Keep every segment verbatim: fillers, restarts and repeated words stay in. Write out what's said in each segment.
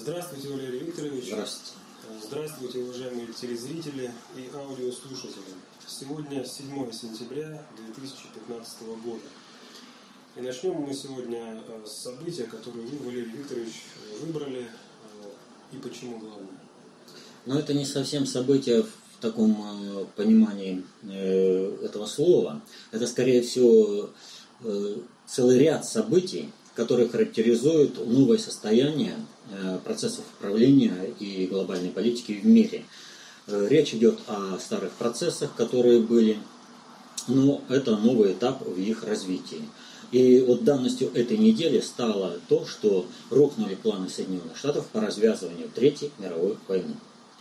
Здравствуйте, Валерий Викторович. Здравствуйте. Здравствуйте, уважаемые телезрители и аудиослушатели. Сегодня седьмое сентября две тысячи пятнадцатого года. И начнем мы сегодня с события, которое вы, Валерий Викторович, выбрали. И почему главное? Но это не совсем событие в таком э, понимании э, этого слова. Это, скорее всего, э, целый ряд событий, которые характеризуют новое состояние э, процессов управления и глобальной политики в мире. Э, речь идет о старых процессах, которые были, но это новый этап в их развитии. И вот данностью этой недели стало то, что рухнули планы Соединенных Штатов по развязыванию Третьей мировой войны.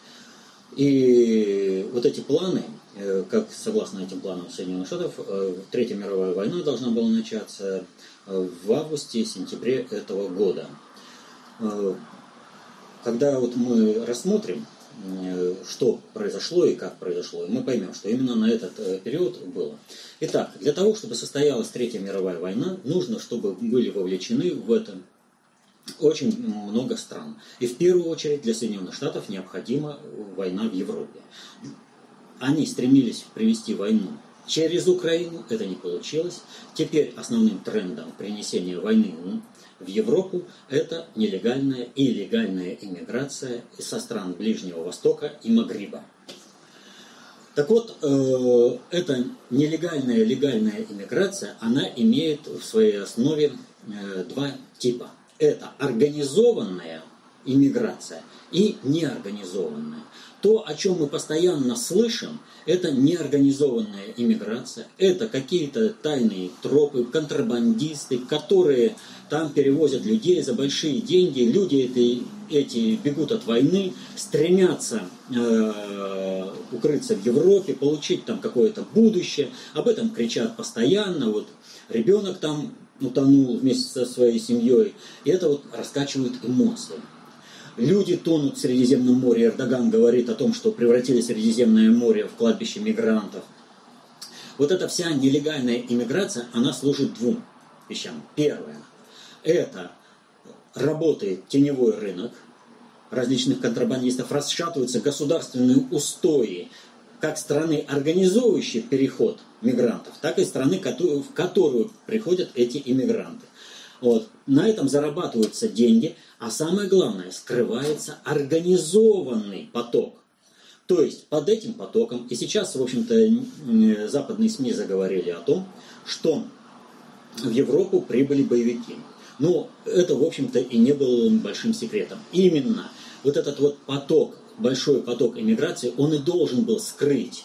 И вот эти планы, как согласно этим планам Соединенных Штатов, Третья мировая война должна была начаться в августе-сентябре этого года. Когда вот мы рассмотрим, что произошло и как произошло, мы поймем, что именно на этот период было. Итак, для того, чтобы состоялась Третья мировая война, нужно, чтобы были вовлечены в это очень много стран. И в первую очередь для Соединенных Штатов необходима война в Европе. Они стремились привести войну через Украину, это не получилось. Теперь основным трендом принесения войны в Европу это нелегальная и легальная иммиграция со стран Ближнего Востока и Магриба. Так вот, э, эта нелегальная и легальная иммиграция, она имеет в своей основе э, два типа. Это организованная иммиграция и неорганизованная. То, о чем мы постоянно слышим, это неорганизованная иммиграция, это какие-то тайные тропы, контрабандисты, которые там перевозят людей за большие деньги. Люди эти, эти бегут от войны, стремятся э, укрыться в Европе, получить там какое-то будущее. Об этом кричат постоянно. Вот ребенок там утонул вместе со своей семьей. И это вот раскачивает эмоции. Люди тонут в Средиземном море. Эрдоган говорит о том, что превратили Средиземное море в кладбище мигрантов. Вот эта вся нелегальная иммиграция, она служит двум вещам. Первое. Это работает теневой рынок различных контрабандистов, расшатываются государственные устои как страны, организующей переход мигрантов, так и страны, в которую приходят эти иммигранты. Вот. На этом зарабатываются деньги, а самое главное, скрывается организованный поток. То есть под этим потоком, и сейчас, в общем-то, западные СМИ заговорили о том, что в Европу прибыли боевики. Но это, в общем-то, и не было большим секретом. Именно вот этот вот поток, большой поток иммиграции, он и должен был скрыть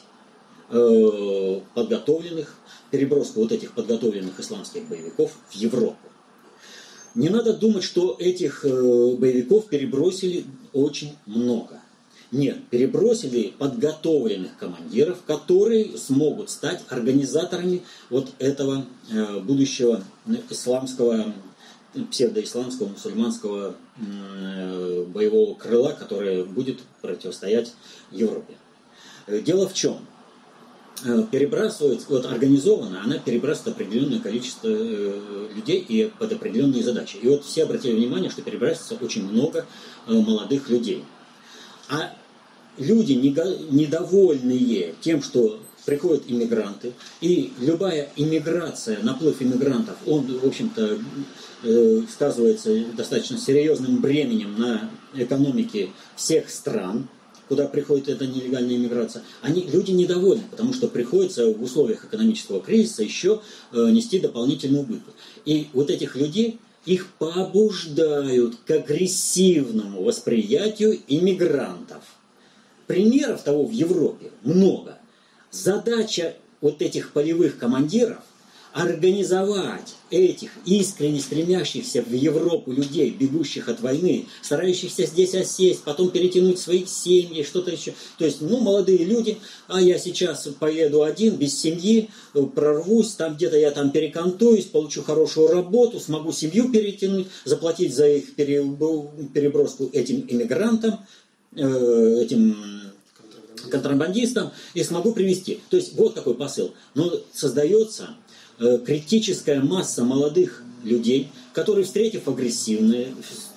э, подготовленных, переброску вот этих подготовленных исламских боевиков в Европу. Не надо думать, что этих э, боевиков перебросили очень много. Нет, перебросили подготовленных командиров, которые смогут стать организаторами вот этого э, будущего исламского, псевдоисламского, мусульманского э, боевого крыла, которое будет противостоять Европе. Дело в чем? Перебрасывает, вот организованно, она перебрасывает определенное количество э, людей и под определенные задачи. И вот все обратили внимание, что перебрасывается очень много э, молодых людей. А люди, недовольные тем, что приходят иммигранты, и любая иммиграция, наплыв иммигрантов, он, в общем-то, э, сказывается достаточно серьезным бременем на экономике всех стран, куда приходит эта нелегальная иммиграция, они, люди недовольны, потому что приходится в условиях экономического кризиса еще э, нести дополнительный убыток. И вот этих людей, их побуждают к агрессивному восприятию иммигрантов. Примеров того в Европе много. Задача вот этих полевых командиров организовать этих искренне стремящихся в Европу людей, бегущих от войны, старающихся здесь осесть, потом перетянуть своих семьи, что-то еще. То есть, ну, молодые люди, а я сейчас поеду один, без семьи, прорвусь, там где-то я там перекантуюсь, получу хорошую работу, смогу семью перетянуть, заплатить за их переброску этим иммигрантам, этим контрабандистам, и смогу привести. То есть, вот какой посыл. Но создается критическая масса молодых людей, которые, встретив агрессивную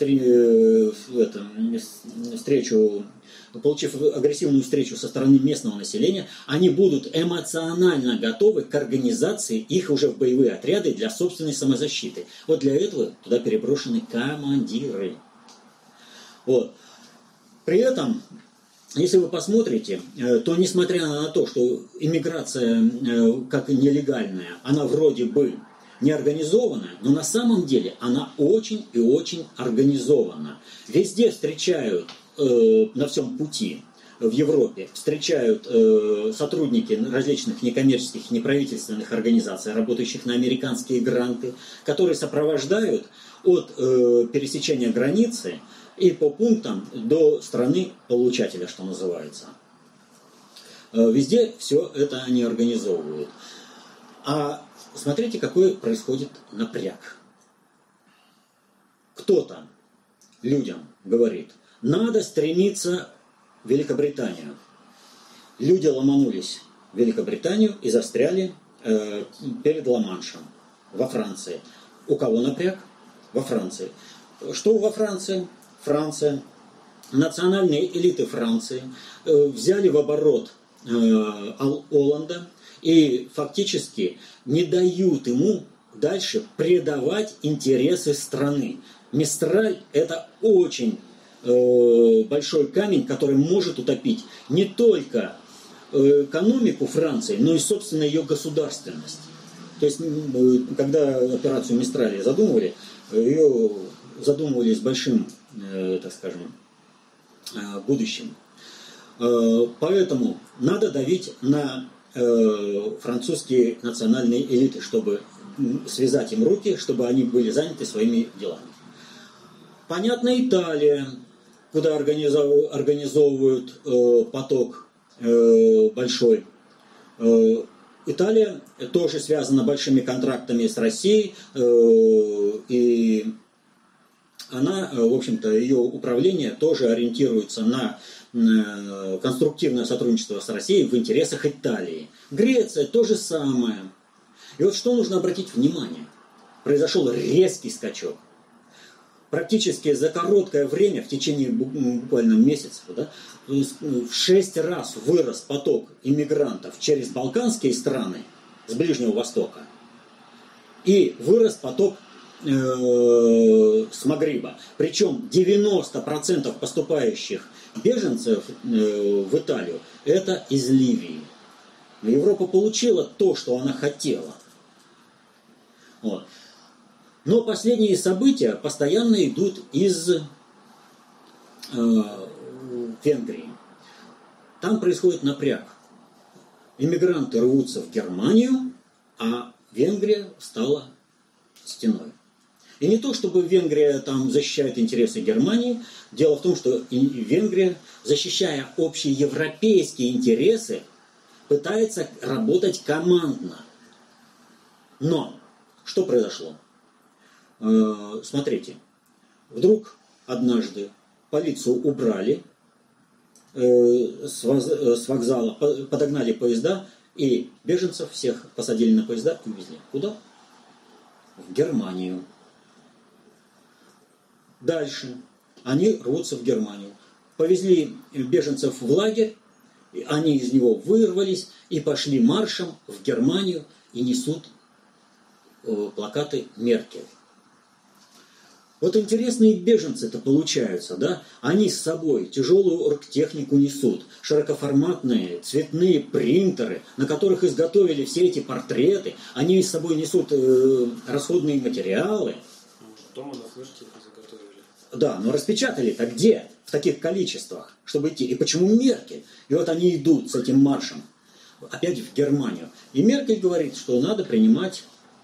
встречу, получив агрессивную встречу со стороны местного населения, они будут эмоционально готовы к организации их уже в боевые отряды для собственной самозащиты. Вот для этого туда переброшены командиры. Вот. При этом, если вы посмотрите, то несмотря на то, что иммиграция как нелегальная, она вроде бы не организованная, но на самом деле она очень и очень организована. Везде встречают э, на всем пути в Европе, встречают э, сотрудники различных некоммерческих, неправительственных организаций, работающих на американские гранты, которые сопровождают от э, пересечения границы и по пунктам до страны получателя, что называется. Э, везде все это они организовывают. А смотрите, какой происходит напряг. Кто-то людям говорит, надо стремиться в Великобританию. Люди ломанулись в Великобританию и застряли э, перед Ла-Маншем во Франции. У кого напряг? Во Франции. Что во Франции? Франция. Национальные элиты Франции э, взяли в оборот э, Оланда и фактически не дают ему дальше предавать интересы страны. Мистраль – это очень э, большой камень, который может утопить не только э, экономику Франции, но и, собственно, ее государственность. То есть, э, когда операцию Мистраль задумывали, ее задумывали с большим, э, так скажем, э, будущим. Э, поэтому надо давить на французские национальные элиты, чтобы связать им руки, чтобы они были заняты своими делами. Понятно, Италия, куда организовывают э, поток э, большой. Э, Италия тоже связана большими контрактами с Россией, э, и она, в общем-то, ее управление тоже ориентируется на конструктивное сотрудничество с Россией в интересах Италии. Греция то же самое. И вот что нужно обратить внимание. Произошел резкий скачок. Практически за короткое время, в течение буквально месяца, да, в шесть раз вырос поток иммигрантов через балканские страны с Ближнего Востока. И вырос поток э, с Магриба. Причем девяносто процентов поступающих беженцев э, в Италию это из Ливии. Европа получила то, что она хотела. Вот. Но последние события постоянно идут из э, Венгрии. Там происходит напряг. Иммигранты рвутся в Германию, а Венгрия стала стеной. И не то, чтобы Венгрия там защищает интересы Германии. Дело в том, что и Венгрия, защищая общие европейские интересы, пытается работать командно. Но что произошло? Э, смотрите, вдруг однажды полицию убрали, э, с, воз, с вокзала подогнали поезда, и беженцев всех посадили на поезда и увезли. Куда? В Германию. Дальше они рвутся в Германию. Повезли беженцев в лагерь, они из него вырвались и пошли маршем в Германию и несут э, плакаты Меркель. Вот интересные беженцы-то получаются, да? Они с собой тяжелую оргтехнику несут, широкоформатные цветные принтеры, на которых изготовили все эти портреты. Они с собой несут э, расходные материалы. Дома на флешке их заготовили. Да, но распечатали-то где? В таких количествах, чтобы идти. И почему Меркель? И вот они идут с этим маршем опять в Германию. И Меркель говорит, что надо принимать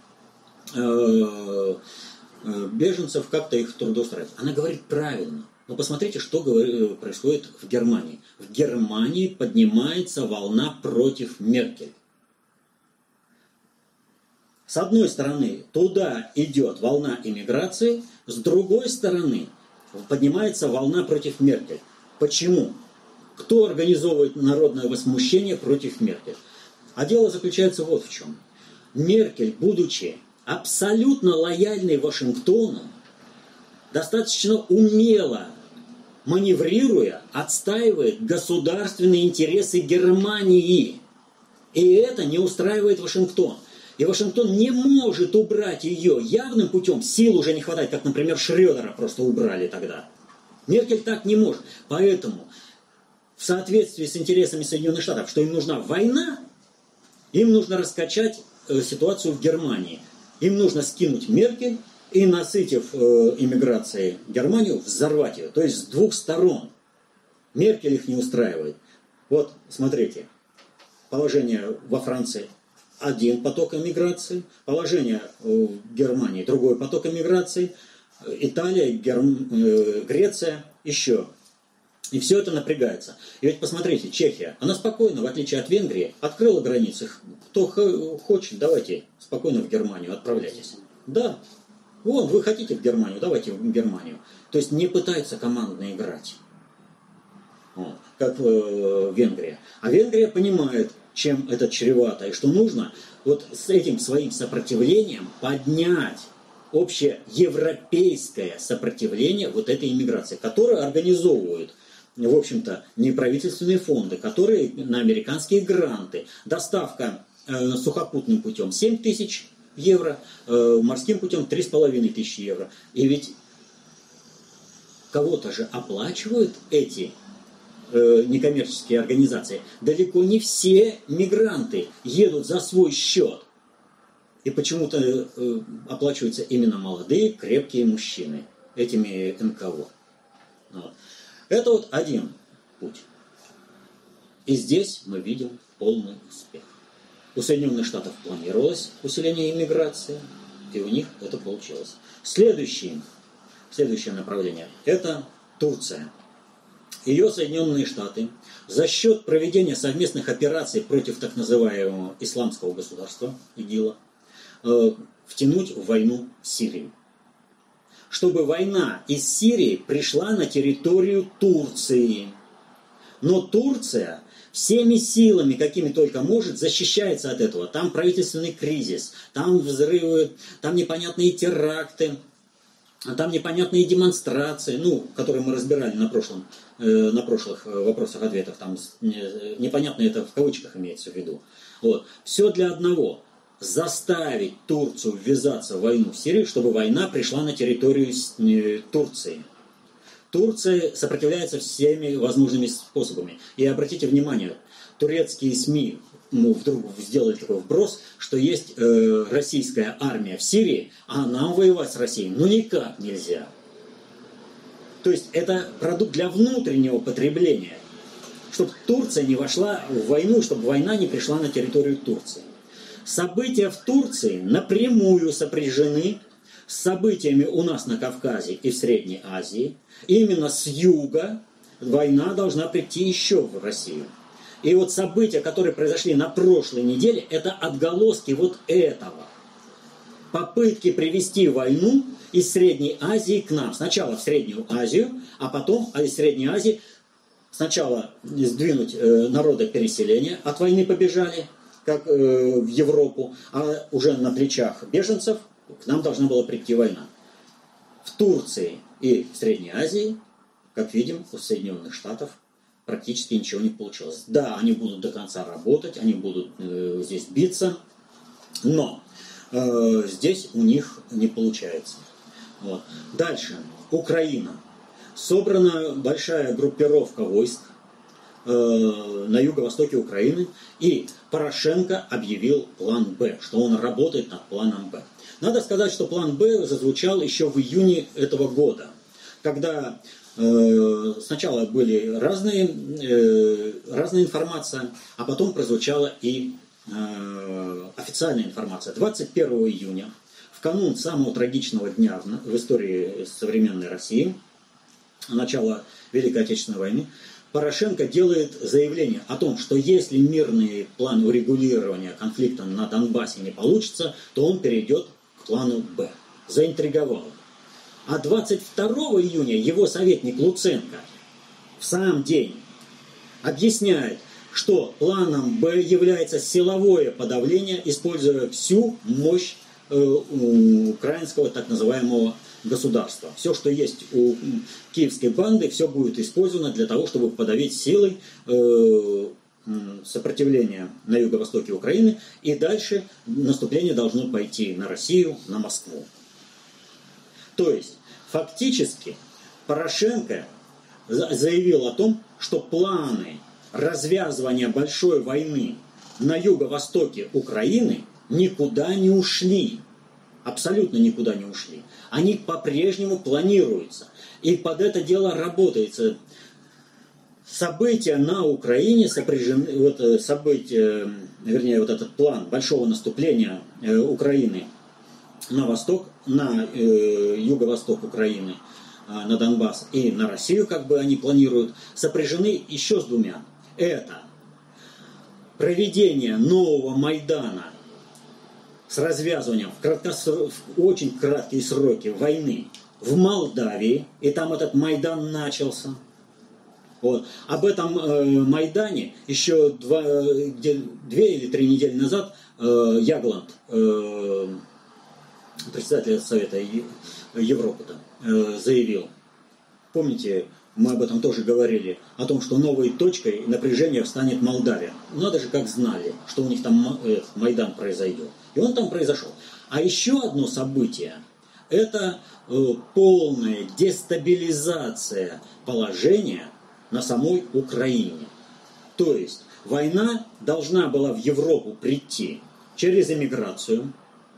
э, э, беженцев, как-то их трудоустраивать. Она говорит правильно. Но посмотрите, что говорит, происходит в Германии. В Германии поднимается волна против Меркель. С одной стороны, туда идет волна иммиграции, с другой стороны, поднимается волна против Меркель. Почему? Кто организовывает народное возмущение против Меркель? А дело заключается вот в чем. Меркель, будучи абсолютно лояльный Вашингтону, достаточно умело маневрируя, отстаивает государственные интересы Германии. И это не устраивает Вашингтон. И Вашингтон не может убрать ее явным путем. Сил уже не хватает, как, например, Шрёдера просто убрали тогда. Меркель так не может. Поэтому в соответствии с интересами Соединенных Штатов, что им нужна война, им нужно раскачать э, ситуацию в Германии. Им нужно скинуть Меркель и, насытив э, иммиграцией Германию, взорвать ее. То есть с двух сторон. Меркель их не устраивает. Вот, смотрите. Положение во Франции – один поток иммиграции. Положение в Германии – другой поток иммиграции. Италия, Герм... э, Греция – еще. И все это напрягается. И ведь посмотрите, Чехия, она спокойно, в отличие от Венгрии, открыла границы. Кто хочет, давайте спокойно в Германию отправляйтесь. Да. Вон, вы хотите в Германию, давайте в Германию. То есть не пытается командно играть, вот, как э, Венгрия. А Венгрия понимает, чем это чревато, и что нужно вот с этим своим сопротивлением поднять общеевропейское сопротивление вот этой иммиграции, которую организовывают, в общем-то, неправительственные фонды, которые на американские гранты. Доставка э, сухопутным путем семь тысяч евро, э, морским путем три с половиной тысячи евро. И ведь кого-то же оплачивают эти э, некоммерческие организации. Далеко не все мигранты едут за свой счет. И почему-то э, оплачиваются именно молодые, крепкие мужчины этими эн ка о. Вот. Это вот один путь. И здесь мы видим полный успех. У Соединенных Штатов планировалось усиление иммиграции, и у них это получилось. Следующий, следующее направление – это Турция. Ее Соединенные Штаты за счет проведения совместных операций против так называемого исламского государства, ИГИЛа, э, втянуть в войну Сирию. Чтобы война из Сирии пришла на территорию Турции. Но Турция всеми силами, какими только может, защищается от этого. Там правительственный кризис, там взрывы, там непонятные теракты, там непонятные демонстрации, ну, которые мы разбирали на, прошлом, э, на прошлых вопросах-ответах. Там э, непонятно это в кавычках имеется в виду. Вот. Все для одного. Заставить Турцию ввязаться в войну в Сирию, чтобы война пришла на территорию Турции. Турция сопротивляется всеми возможными способами. И обратите внимание, турецкие СМИ ну, вдруг сделали такой вброс, что есть э, российская армия в Сирии, а нам воевать с Россией ну никак нельзя. То есть это продукт для внутреннего потребления. Чтобы Турция не вошла в войну, чтобы война не пришла на территорию Турции. События в Турции напрямую сопряжены с событиями у нас на Кавказе и в Средней Азии. Именно с юга война должна прийти еще в Россию. И вот события, которые произошли на прошлой неделе, это отголоски вот этого. Попытки привести войну из Средней Азии к нам. Сначала в Среднюю Азию, а потом из Средней Азии сначала сдвинуть э, народопереселение, от войны побежали, как э, в Европу, а уже на плечах беженцев к нам должна была прийти война. В Турции и в Средней Азии, как видим, у Соединенных Штатов практически ничего не получилось. Да, они будут до конца работать, они будут э, здесь биться, но э, здесь у них не получается. Вот. Дальше. Украина. Собрана большая группировка войск на юго-востоке Украины, и Порошенко объявил план Б, что он работает над планом Б. Надо сказать, что план Б зазвучал еще в июне этого года, когда э, сначала были разные, э, разная информация, а потом прозвучала и э, официальная информация. двадцать первого июня, в канун самого трагичного дня в, в истории современной России, начала Великой Отечественной войны, Порошенко делает заявление о том, что если мирный план урегулирования конфликта на Донбассе не получится, то он перейдет к плану Б. Заинтриговал. А двадцать второго июня его советник Луценко в сам день объясняет, что планом Б является силовое подавление, используя всю мощь украинского так называемого государства. Все, что есть у киевской банды, все будет использовано для того, чтобы подавить силой сопротивление на юго-востоке Украины, и дальше наступление должно пойти на Россию, на Москву. То есть, фактически, Порошенко заявил о том, что планы развязывания большой войны на юго-востоке Украины никуда не ушли. Абсолютно никуда не ушли. Они по-прежнему планируются. И под это дело работается. События на Украине сопряжены, вот события, вернее, вот этот план большого наступления Украины на восток, на э, юго-восток Украины, э, на Донбасс и на Россию, как бы они планируют, сопряжены еще с двумя. Это проведение нового Майдана с развязыванием в, краткоср... в очень краткие сроки войны в Молдавии, и там этот Майдан начался. Вот. Об этом э, Майдане еще два, где, две или три недели назад э, Ягланд, э, председатель Совета Европы, э, заявил. Помните, мы об этом тоже говорили, о том, что новой точкой напряжения станет Молдавия. Надо же, как знали, что у них там э, Майдан произойдет. И он там произошел. А еще одно событие – это э, полная дестабилизация положения на самой Украине. То есть война должна была в Европу прийти через эмиграцию,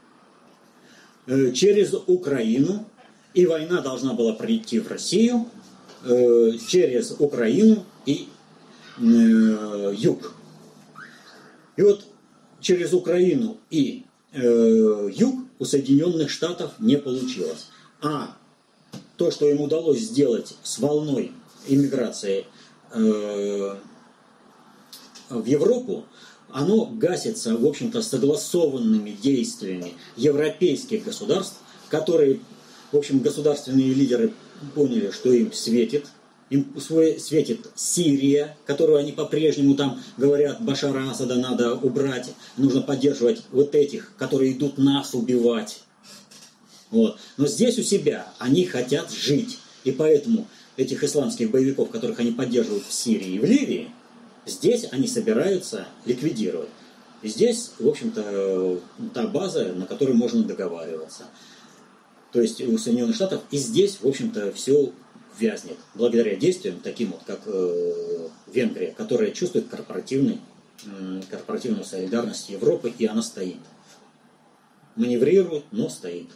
э, через Украину, и война должна была прийти в Россию э, через Украину и э, юг. И вот через Украину и э, юг у Соединенных Штатов не получилось. А то, что им удалось сделать с волной иммиграции э, в Европу, оно гасится, в общем-то, согласованными действиями европейских государств, которые, в общем, государственные лидеры поняли, что им светит. Им светит Сирия, которую они по-прежнему там говорят, Башара Асада надо убрать, нужно поддерживать вот этих, которые идут нас убивать. Вот. Но здесь у себя они хотят жить, и поэтому этих исламских боевиков, которых они поддерживают в Сирии и в Ливии, здесь они собираются ликвидировать. И здесь, в общем-то, та база, на которой можно договариваться. То есть у Соединенных Штатов и здесь, в общем-то, все вязнет. Благодаря действиям, таким вот, как э, Венгрия, которая чувствует корпоративный, э, корпоративную солидарность Европы, и она стоит. Маневрирует, но стоит.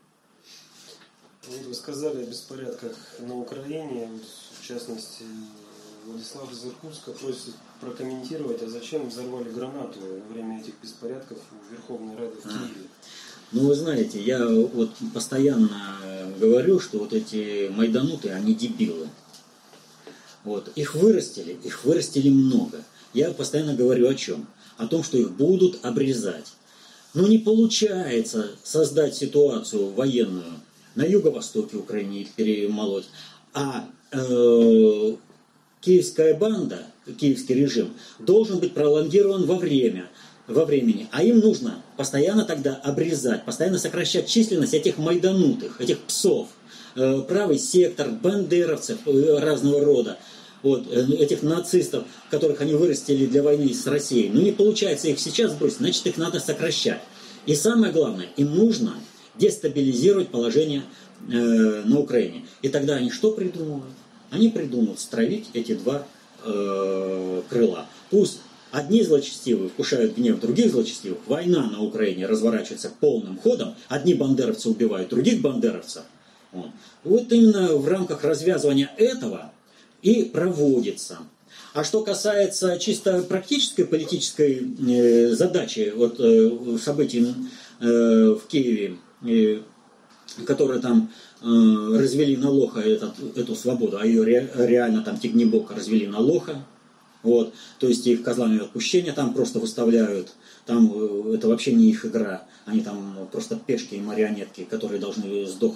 Вы сказали о беспорядках на Украине, в частности, Владислав из Иркутска просит прокомментировать, а зачем взорвали гранату во время этих беспорядков у Верховной Рады в Киеве. Ну, вы знаете, я вот постоянно говорю, что вот эти майдануты, они дебилы. Вот. Их вырастили, их вырастили много. Я постоянно говорю о чем? О том, что их будут обрезать. Но не получается создать ситуацию военную на юго-востоке Украины и перемолоть. А э, киевская банда, киевский режим должен быть пролонгирован во время, во времени. А им нужно постоянно тогда обрезать, постоянно сокращать численность этих майданутых, этих псов. Э, правый сектор, бандеровцев э, разного рода. Вот, э, этих нацистов, которых они вырастили для войны с Россией. Но не получается их сейчас бросить, значит их надо сокращать. И самое главное, им нужно дестабилизировать положение э, на Украине. И тогда они что придумывают? Они придумают стравить эти два э, крыла. Пусть одни злочестивые вкушают гнев других злочестивых, война на Украине разворачивается полным ходом, одни бандеровцы убивают других бандеровцев. Вот, вот именно в рамках развязывания этого и проводится. А что касается чисто практической политической э, задачи, вот, э, событий э, в Киеве, э, которые там э, развели на лоха этот, эту свободу, а ее ре, реально там Тягнебок развели на лоха, вот, то есть их козлами отпущения там просто выставляют, там э, это вообще не их игра, они там просто пешки и марионетки, которые должны сдохнуть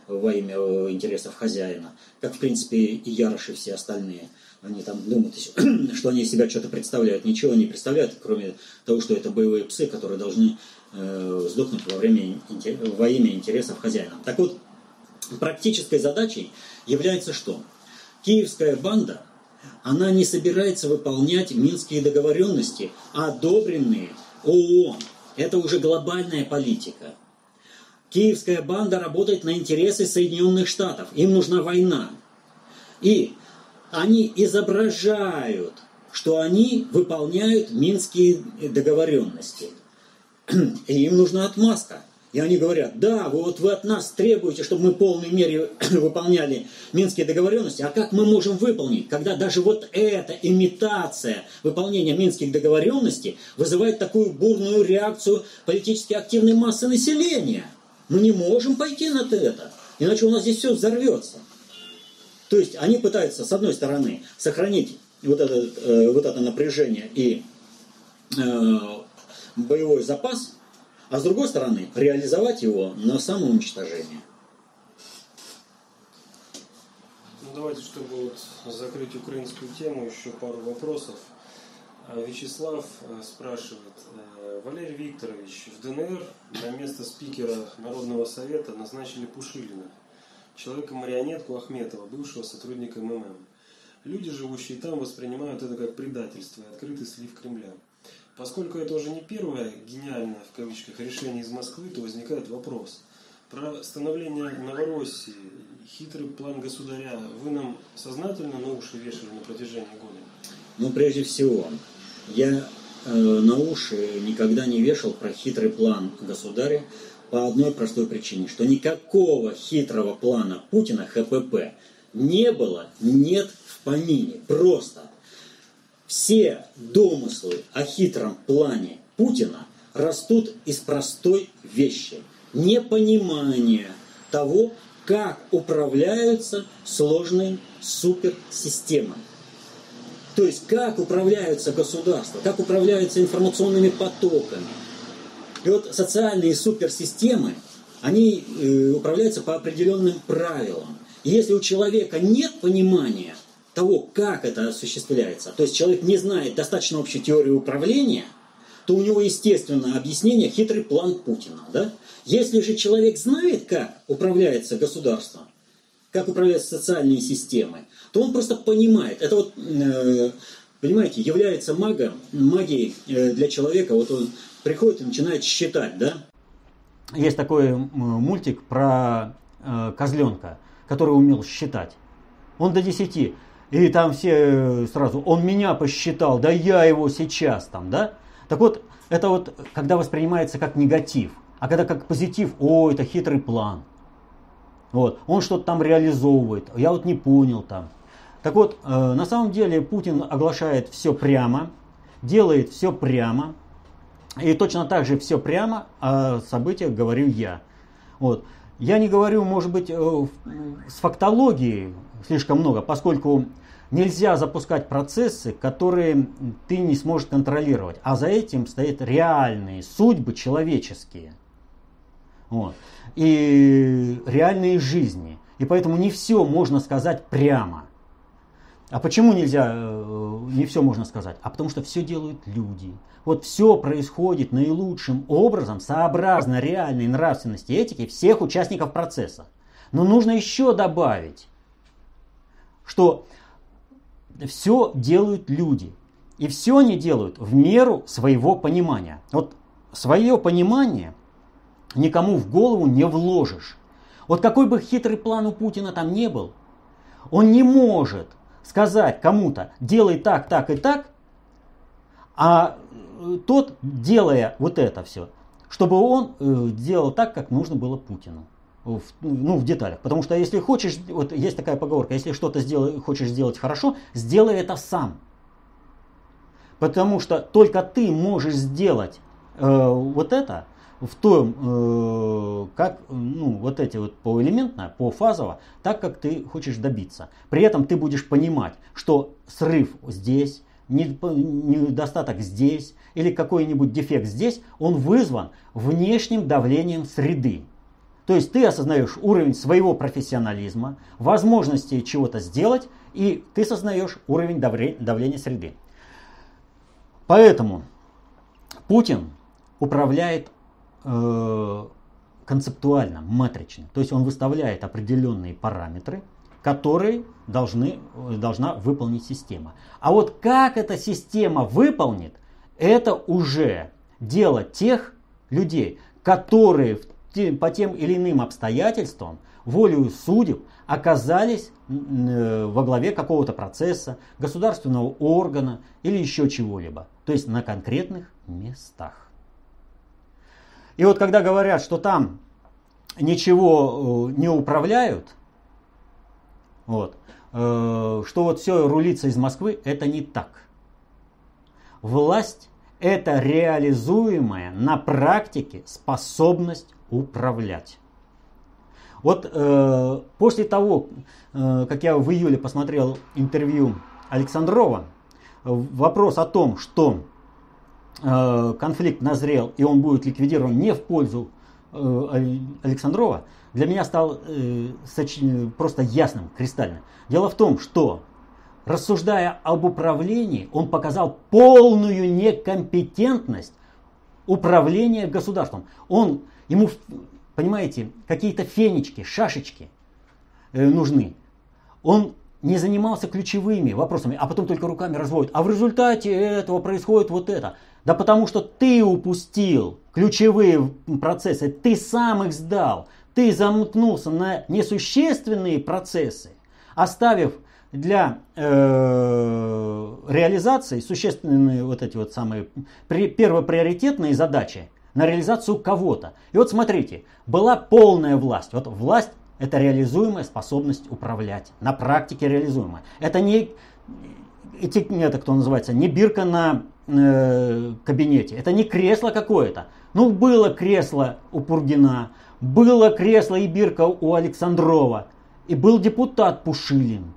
во имя интересов хозяина, как в принципе и Ярош и все остальные. Они там думают, что они из себя что-то представляют. Ничего не представляют, кроме того, что это боевые псы, которые должны э, сдохнуть во, время, во имя интересов хозяина. Так вот, практической задачей является что? Киевская банда, она не собирается выполнять Минские договоренности, одобренные ООН. Это уже глобальная политика. Киевская банда работает на интересы Соединенных Штатов. Им нужна война. И они изображают, что они выполняют Минские договоренности. И им нужна отмазка. И они говорят, да, вот вы от нас требуете, чтобы мы в полной мере выполняли Минские договоренности. А как мы можем выполнить, когда даже вот эта имитация выполнения Минских договоренностей вызывает такую бурную реакцию политически активной массы населения? Мы не можем пойти на это, иначе у нас здесь все взорвется. То есть они пытаются, с одной стороны, сохранить вот это, э, вот это напряжение и э, боевой запас, а с другой стороны, реализовать его на самоуничтожение. Ну, давайте, чтобы вот закрыть украинскую тему, еще пару вопросов. Вячеслав спрашивает. Валерий Викторович, в ДНР на место спикера Народного совета назначили Пушилина, человека-марионетку Ахметова, бывшего сотрудника МММ. Люди, живущие там, воспринимают это как предательство и открытый слив Кремля. Поскольку это уже не первое гениальное, в кавычках, решение из Москвы, то возникает вопрос. Про становление Новороссии, хитрый план государя, вы нам сознательно на уши вешали на протяжении года? Ну, прежде всего, я э, на уши никогда не вешал про хитрый план государя по одной простой причине, что никакого хитрого плана Путина, ХПП, не было, нет в помине. Просто все домыслы о хитром плане Путина растут из простой вещи. Непонимания того, как управляются сложные суперсистемы. То есть, как управляются государства, как управляются информационными потоками. И вот социальные суперсистемы, они э, управляются по определенным правилам. И если у человека нет понимания того, как это осуществляется, то есть человек не знает достаточно общей теории управления, то у него, естественно, объяснение хитрый план Путина. Да? Если же человек знает, как управляется государство, как управляются социальные системы, то он просто понимает. Это вот, э, понимаете, является магом, магией э, для человека. Вот он приходит и начинает считать, да? Есть такой мультик про э, козленка, который умел считать. Он до десяти. И там все сразу, он меня посчитал, да я его сейчас там, да? Так вот, это вот, когда воспринимается как негатив. А когда как позитив, о, это хитрый план. Вот, он что-то там реализовывает, я вот не понял там. Так вот, э, на самом деле Путин оглашает все прямо, делает все прямо. И точно так же все прямо о событиях говорю я. Вот. Я не говорю, может быть, э, с фактологией слишком много, поскольку нельзя запускать процессы, которые ты не сможешь контролировать. А за этим стоят реальные судьбы человеческие. Вот. И реальные жизни. И поэтому не все можно сказать прямо. А почему нельзя, не все можно сказать? А потому что все делают люди. Вот все происходит наилучшим образом, сообразно реальной нравственности и этике всех участников процесса. Но нужно еще добавить, что все делают люди. И все они делают в меру своего понимания. Вот свое понимание никому в голову не вложишь. Вот какой бы хитрый план у Путина там не был, он не может сказать кому-то, делай так, так и так, а тот, делая вот это все, чтобы он делал так, как нужно было Путину. В, ну, в деталях. Потому что если хочешь, вот есть такая поговорка, если что-то сделай, хочешь сделать хорошо, сделай это сам. Потому что только ты можешь сделать э, вот это в том, э, как, ну, вот эти вот поэлементно, пофазово, так, как ты хочешь добиться. При этом ты будешь понимать, что срыв здесь, недостаток здесь, или какой-нибудь дефект здесь, он вызван внешним давлением среды. То есть ты осознаешь уровень своего профессионализма, возможности чего-то сделать, и ты осознаешь уровень давления среды. Поэтому Путин управляет э, концептуально, матрично. То есть он выставляет определенные параметры, которые должны, должна выполнить система. А вот как эта система выполнит, это уже дело тех людей, которые по тем или иным обстоятельствам, волею судеб, оказались во главе какого-то процесса, государственного органа или еще чего-либо. То есть на конкретных местах. И вот когда говорят, что там ничего не управляют, вот, что вот все рулится из Москвы, это не так. Власть – это реализуемая на практике способность управлять. Вот э, после того, э, как я в июле посмотрел интервью Александрова, вопрос о том, что э, конфликт назрел и он будет ликвидирован не в пользу э, Александрова, для меня стал э, соч- просто ясным, кристально. Дело в том, что рассуждая об управлении, он показал полную некомпетентность управления государством. Он, ему, понимаете, какие-то фенечки, шашечки э, нужны. Он не занимался ключевыми вопросами, а потом только руками разводит. А в результате этого происходит вот это. Да потому что ты упустил ключевые процессы, ты сам их сдал. Ты замкнулся на несущественные процессы, оставив для э, реализации существенные вот эти вот самые при, первоприоритетные задачи на реализацию кого-то. И вот смотрите, была полная власть. Вот власть – это реализуемая способность управлять, на практике реализуемая. Это не, это кто называется, не бирка на э, кабинете, это не кресло какое-то. Ну, было кресло у Пургина, было кресло и бирка у Александрова, и был депутат Пушилин.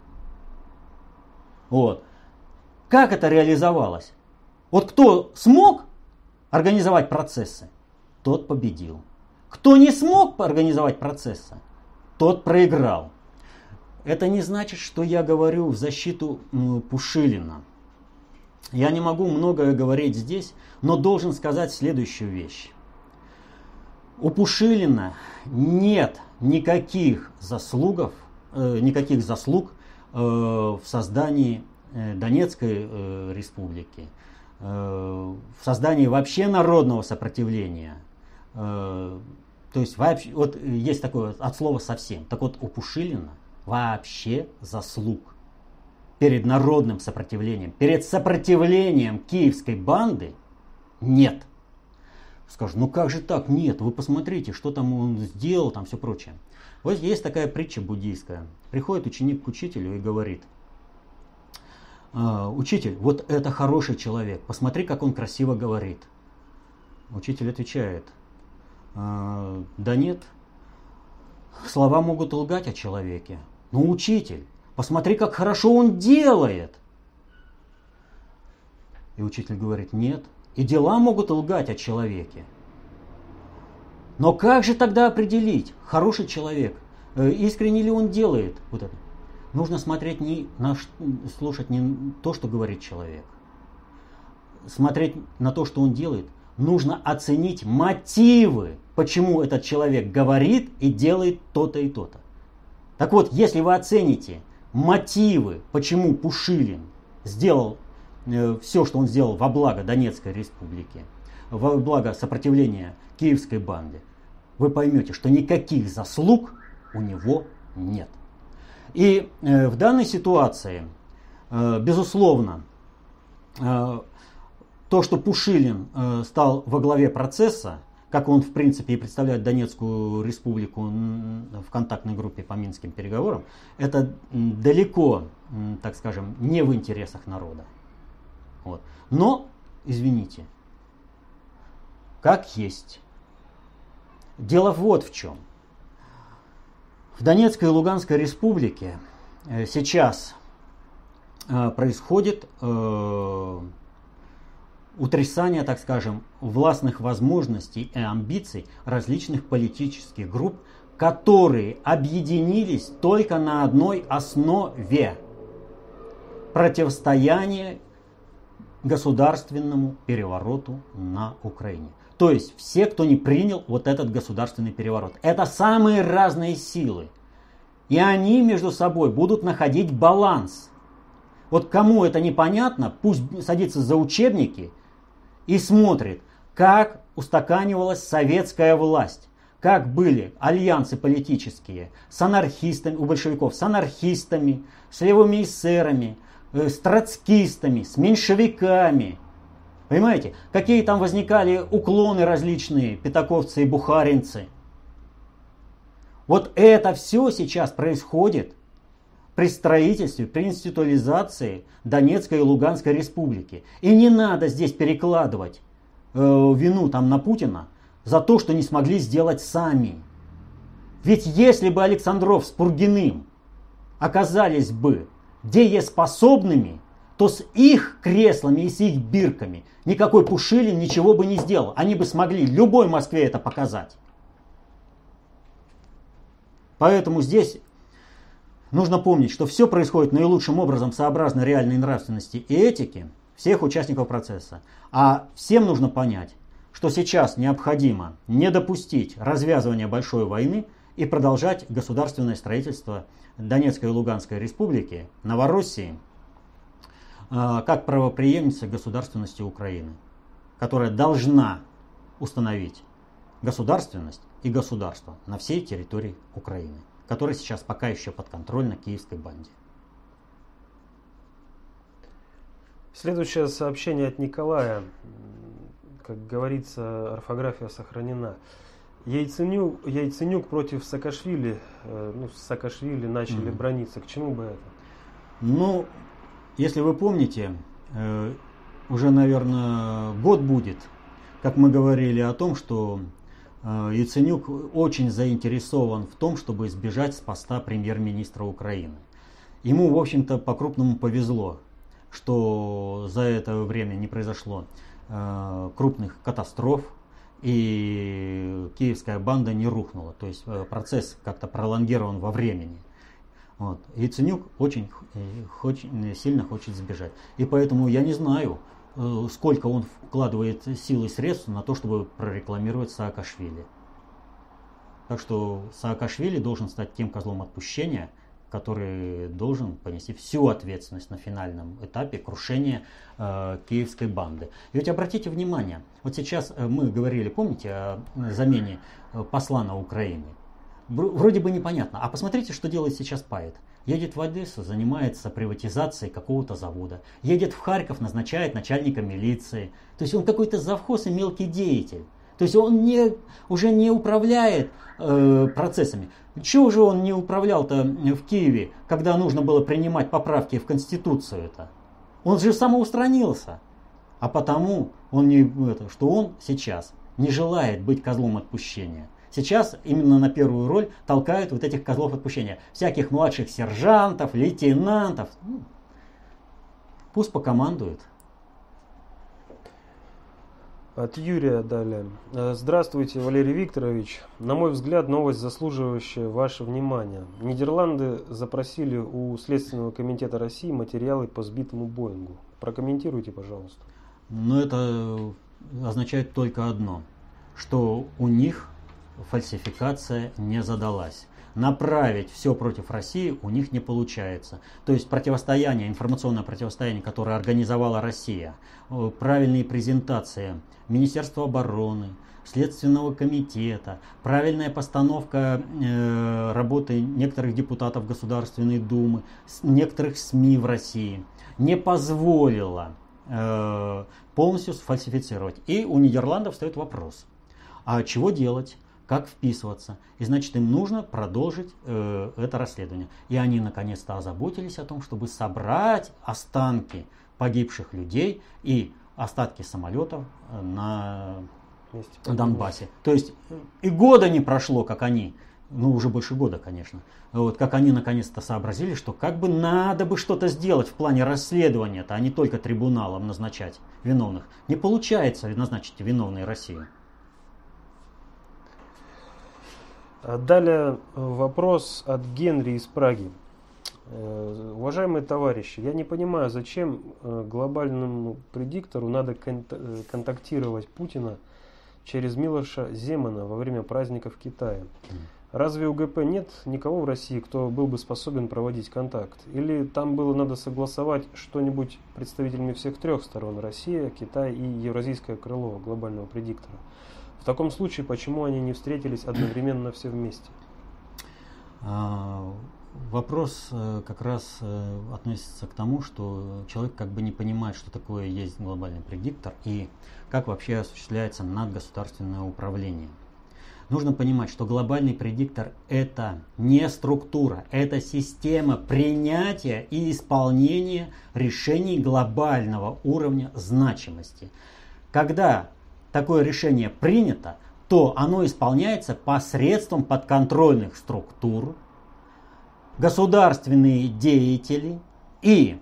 Вот. Как это реализовалось? Вот кто смог организовать процессы, тот победил. Кто не смог организовать процессы, тот проиграл. Это не значит, что я говорю в защиту Пушилина. Я не могу многое говорить здесь, но должен сказать следующую вещь. У Пушилина нет никаких заслугов, э, никаких заслуг э, в создании э, Донецкой э, республики, э, в создании вообще народного сопротивления. Э, то есть вообще, вот есть такое от слова совсем. Так вот у Пушилина вообще заслуг перед народным сопротивлением, перед сопротивлением киевской банды нет. Скажут, ну как же так? Нет, вы посмотрите, что там он сделал, там все прочее. Вот есть такая притча буддийская. Приходит ученик к учителю и говорит: учитель, вот это хороший человек, посмотри, как он красиво говорит. Учитель отвечает: да нет, слова могут лгать о человеке. Но учитель, посмотри, как хорошо он делает. И учитель говорит: нет, и дела могут лгать о человеке. Но как же тогда определить, хороший человек, искренне ли он делает вот это? Нужно смотреть не на, слушать не то, что говорит человек. Смотреть на то, что он делает. Нужно оценить мотивы, почему этот человек говорит и делает то-то и то-то. Так вот, если вы оцените мотивы, почему Пушилин сделал все, что он сделал во благо Донецкой республики, во благо сопротивления киевской банде, вы поймете, что никаких заслуг у него нет. И э, в данной ситуации, э, безусловно, э, то, что Пушилин э, стал во главе процесса, как он в принципе и представляет Донецкую республику в контактной группе по Минским переговорам, это далеко, так скажем, не в интересах народа. Вот. Но, извините, как есть. Дело вот в чем. В Донецкой и Луганской республике сейчас происходит утрясания, так скажем, властных возможностей и амбиций различных политических групп, которые объединились только на одной основе – противостояние государственному перевороту на Украине. То есть все, кто не принял вот этот государственный переворот. Это самые разные силы. И они между собой будут находить баланс. Вот кому это непонятно, пусть садится за учебники и смотрит, как устаканивалась советская власть. Как были альянсы политические с анархистами, у большевиков, с анархистами, с левыми эсерами, э, с троцкистами, с меньшевиками. Понимаете, какие там возникали уклоны различные, пятаковцы и бухаринцы. Вот это все сейчас происходит при строительстве, при институализации Донецкой и Луганской республики. И не надо здесь перекладывать э, вину там на Путина за то, что не смогли сделать сами. Ведь если бы Александров с Пургиным оказались бы дееспособными, то с их креслами и с их бирками никакой Пушилин ничего бы не сделал. Они бы смогли любой Москве это показать. Поэтому здесь нужно помнить, что все происходит наилучшим образом сообразно реальной нравственности и этике всех участников процесса. А всем нужно понять, что сейчас необходимо не допустить развязывания большой войны и продолжать государственное строительство Донецкой и Луганской республики, Новороссии, как правопреемницы государственности Украины, которая должна установить государственность и государство на всей территории Украины, которая сейчас пока еще подконтрольна киевской банде. Следующее сообщение от Николая. Как говорится, орфография сохранена. Яйценюк, Яйценюк против Саакашвили. Э, ну, с Саакашвили начали mm-hmm. браниться. К чему бы это? Ну, если вы помните, э, уже, наверное, год будет, как мы говорили о том, что э, Яценюк очень заинтересован в том, чтобы избежать с поста премьер-министра Украины. Ему, в общем-то, по-крупному повезло, что за это время не произошло э, крупных катастроф, и киевская банда не рухнула. То есть э, процесс как-то пролонгирован во времени. Вот. Яценюк очень, очень сильно хочет сбежать. И поэтому я не знаю, э, сколько он вкладывает сил и средств на то, чтобы прорекламировать Саакашвили. Так что Саакашвили должен стать тем козлом отпущения, который должен понести всю ответственность на финальном этапе крушения э, киевской банды. И ведь обратите внимание, вот сейчас мы говорили, помните, о замене посла на Украине. Вроде бы непонятно, а посмотрите, что делает сейчас Паэт. Едет в Одессу, занимается приватизацией какого-то завода. Едет в Харьков, назначает начальника милиции. То есть он какой-то завхоз и мелкий деятель. То есть он не, уже не управляет э, процессами. Чего же он не управлял-то в Киеве, когда нужно было принимать поправки в Конституцию-то? Он же самоустранился. А потому, он не, это, что он сейчас не желает быть козлом отпущения. Сейчас именно на первую роль толкают вот этих козлов отпущения. Всяких младших сержантов, лейтенантов. Ну, пусть покомандуют. От Юрия далее. Здравствуйте, Валерий Викторович. На мой взгляд, новость, заслуживающая ваше внимание. Нидерланды запросили у Следственного комитета России материалы по сбитому Боингу. Прокомментируйте, пожалуйста. Но это означает только одно, что у них фальсификация не задалась. Направить все против России у них не получается. То есть противостояние, информационное противостояние, которое организовала Россия, правильные презентации Министерства обороны, Следственного комитета, правильная постановка э, работы некоторых депутатов Государственной Думы, некоторых СМИ в России не позволила э, полностью сфальсифицировать. И у Нидерландов встает вопрос, а чего делать? Как вписываться. И значит, им нужно продолжить э, это расследование. И они наконец-то озаботились о том, чтобы собрать останки погибших людей и остатки самолетов на Донбассе. То есть и года не прошло, как они ну уже больше года, конечно, вот, как они наконец-то сообразили, что как бы надо бы что-то сделать в плане расследования-то, а не только трибуналом назначать виновных. Не получается назначить виновные Россию. Далее вопрос от Генри из Праги. Уважаемые товарищи, я не понимаю, зачем глобальному предиктору надо контактировать Путина через Милоша Земана во время праздников Китая. Разве у ГП нет никого в России, кто был бы способен проводить контакт? Или там было надо согласовать что-нибудь представителями всех трех сторон: Россия, Китай и Евразийское крыло глобального предиктора? В таком случае, почему они не встретились одновременно все вместе? Вопрос как раз относится к тому, что человек как бы не понимает, что такое есть глобальный предиктор и как вообще осуществляется надгосударственное управление. Нужно понимать, что глобальный предиктор – это не структура, это система принятия и исполнения решений глобального уровня значимости. Когда такое решение принято, то оно исполняется посредством подконтрольных структур, государственные деятели и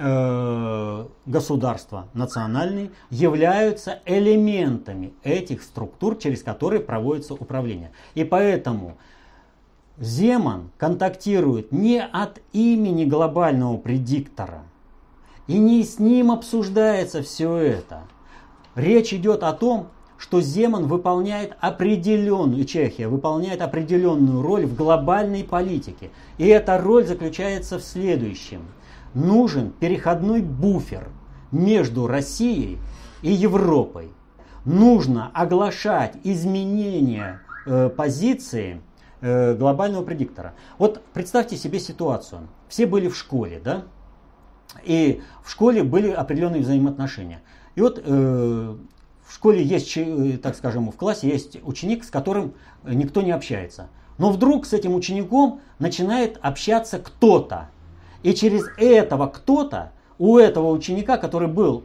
э, государства национальные являются элементами этих структур, через которые проводится управление. И поэтому Земан контактирует не от имени глобального предиктора, и не с ним обсуждается все это. Речь идет о том, что Земан выполняет определенную, Чехия выполняет определенную роль в глобальной политике. И эта роль заключается в следующем. Нужен переходной буфер между Россией и Европой. Нужно оглашать изменения э, позиции э, глобального предиктора. Вот представьте себе ситуацию. Все были в школе, да? И в школе были определенные взаимоотношения. И вот э, в школе есть, так скажем, в классе есть ученик, с которым никто не общается. Но вдруг с этим учеником начинает общаться кто-то. И через этого кто-то у этого ученика, который был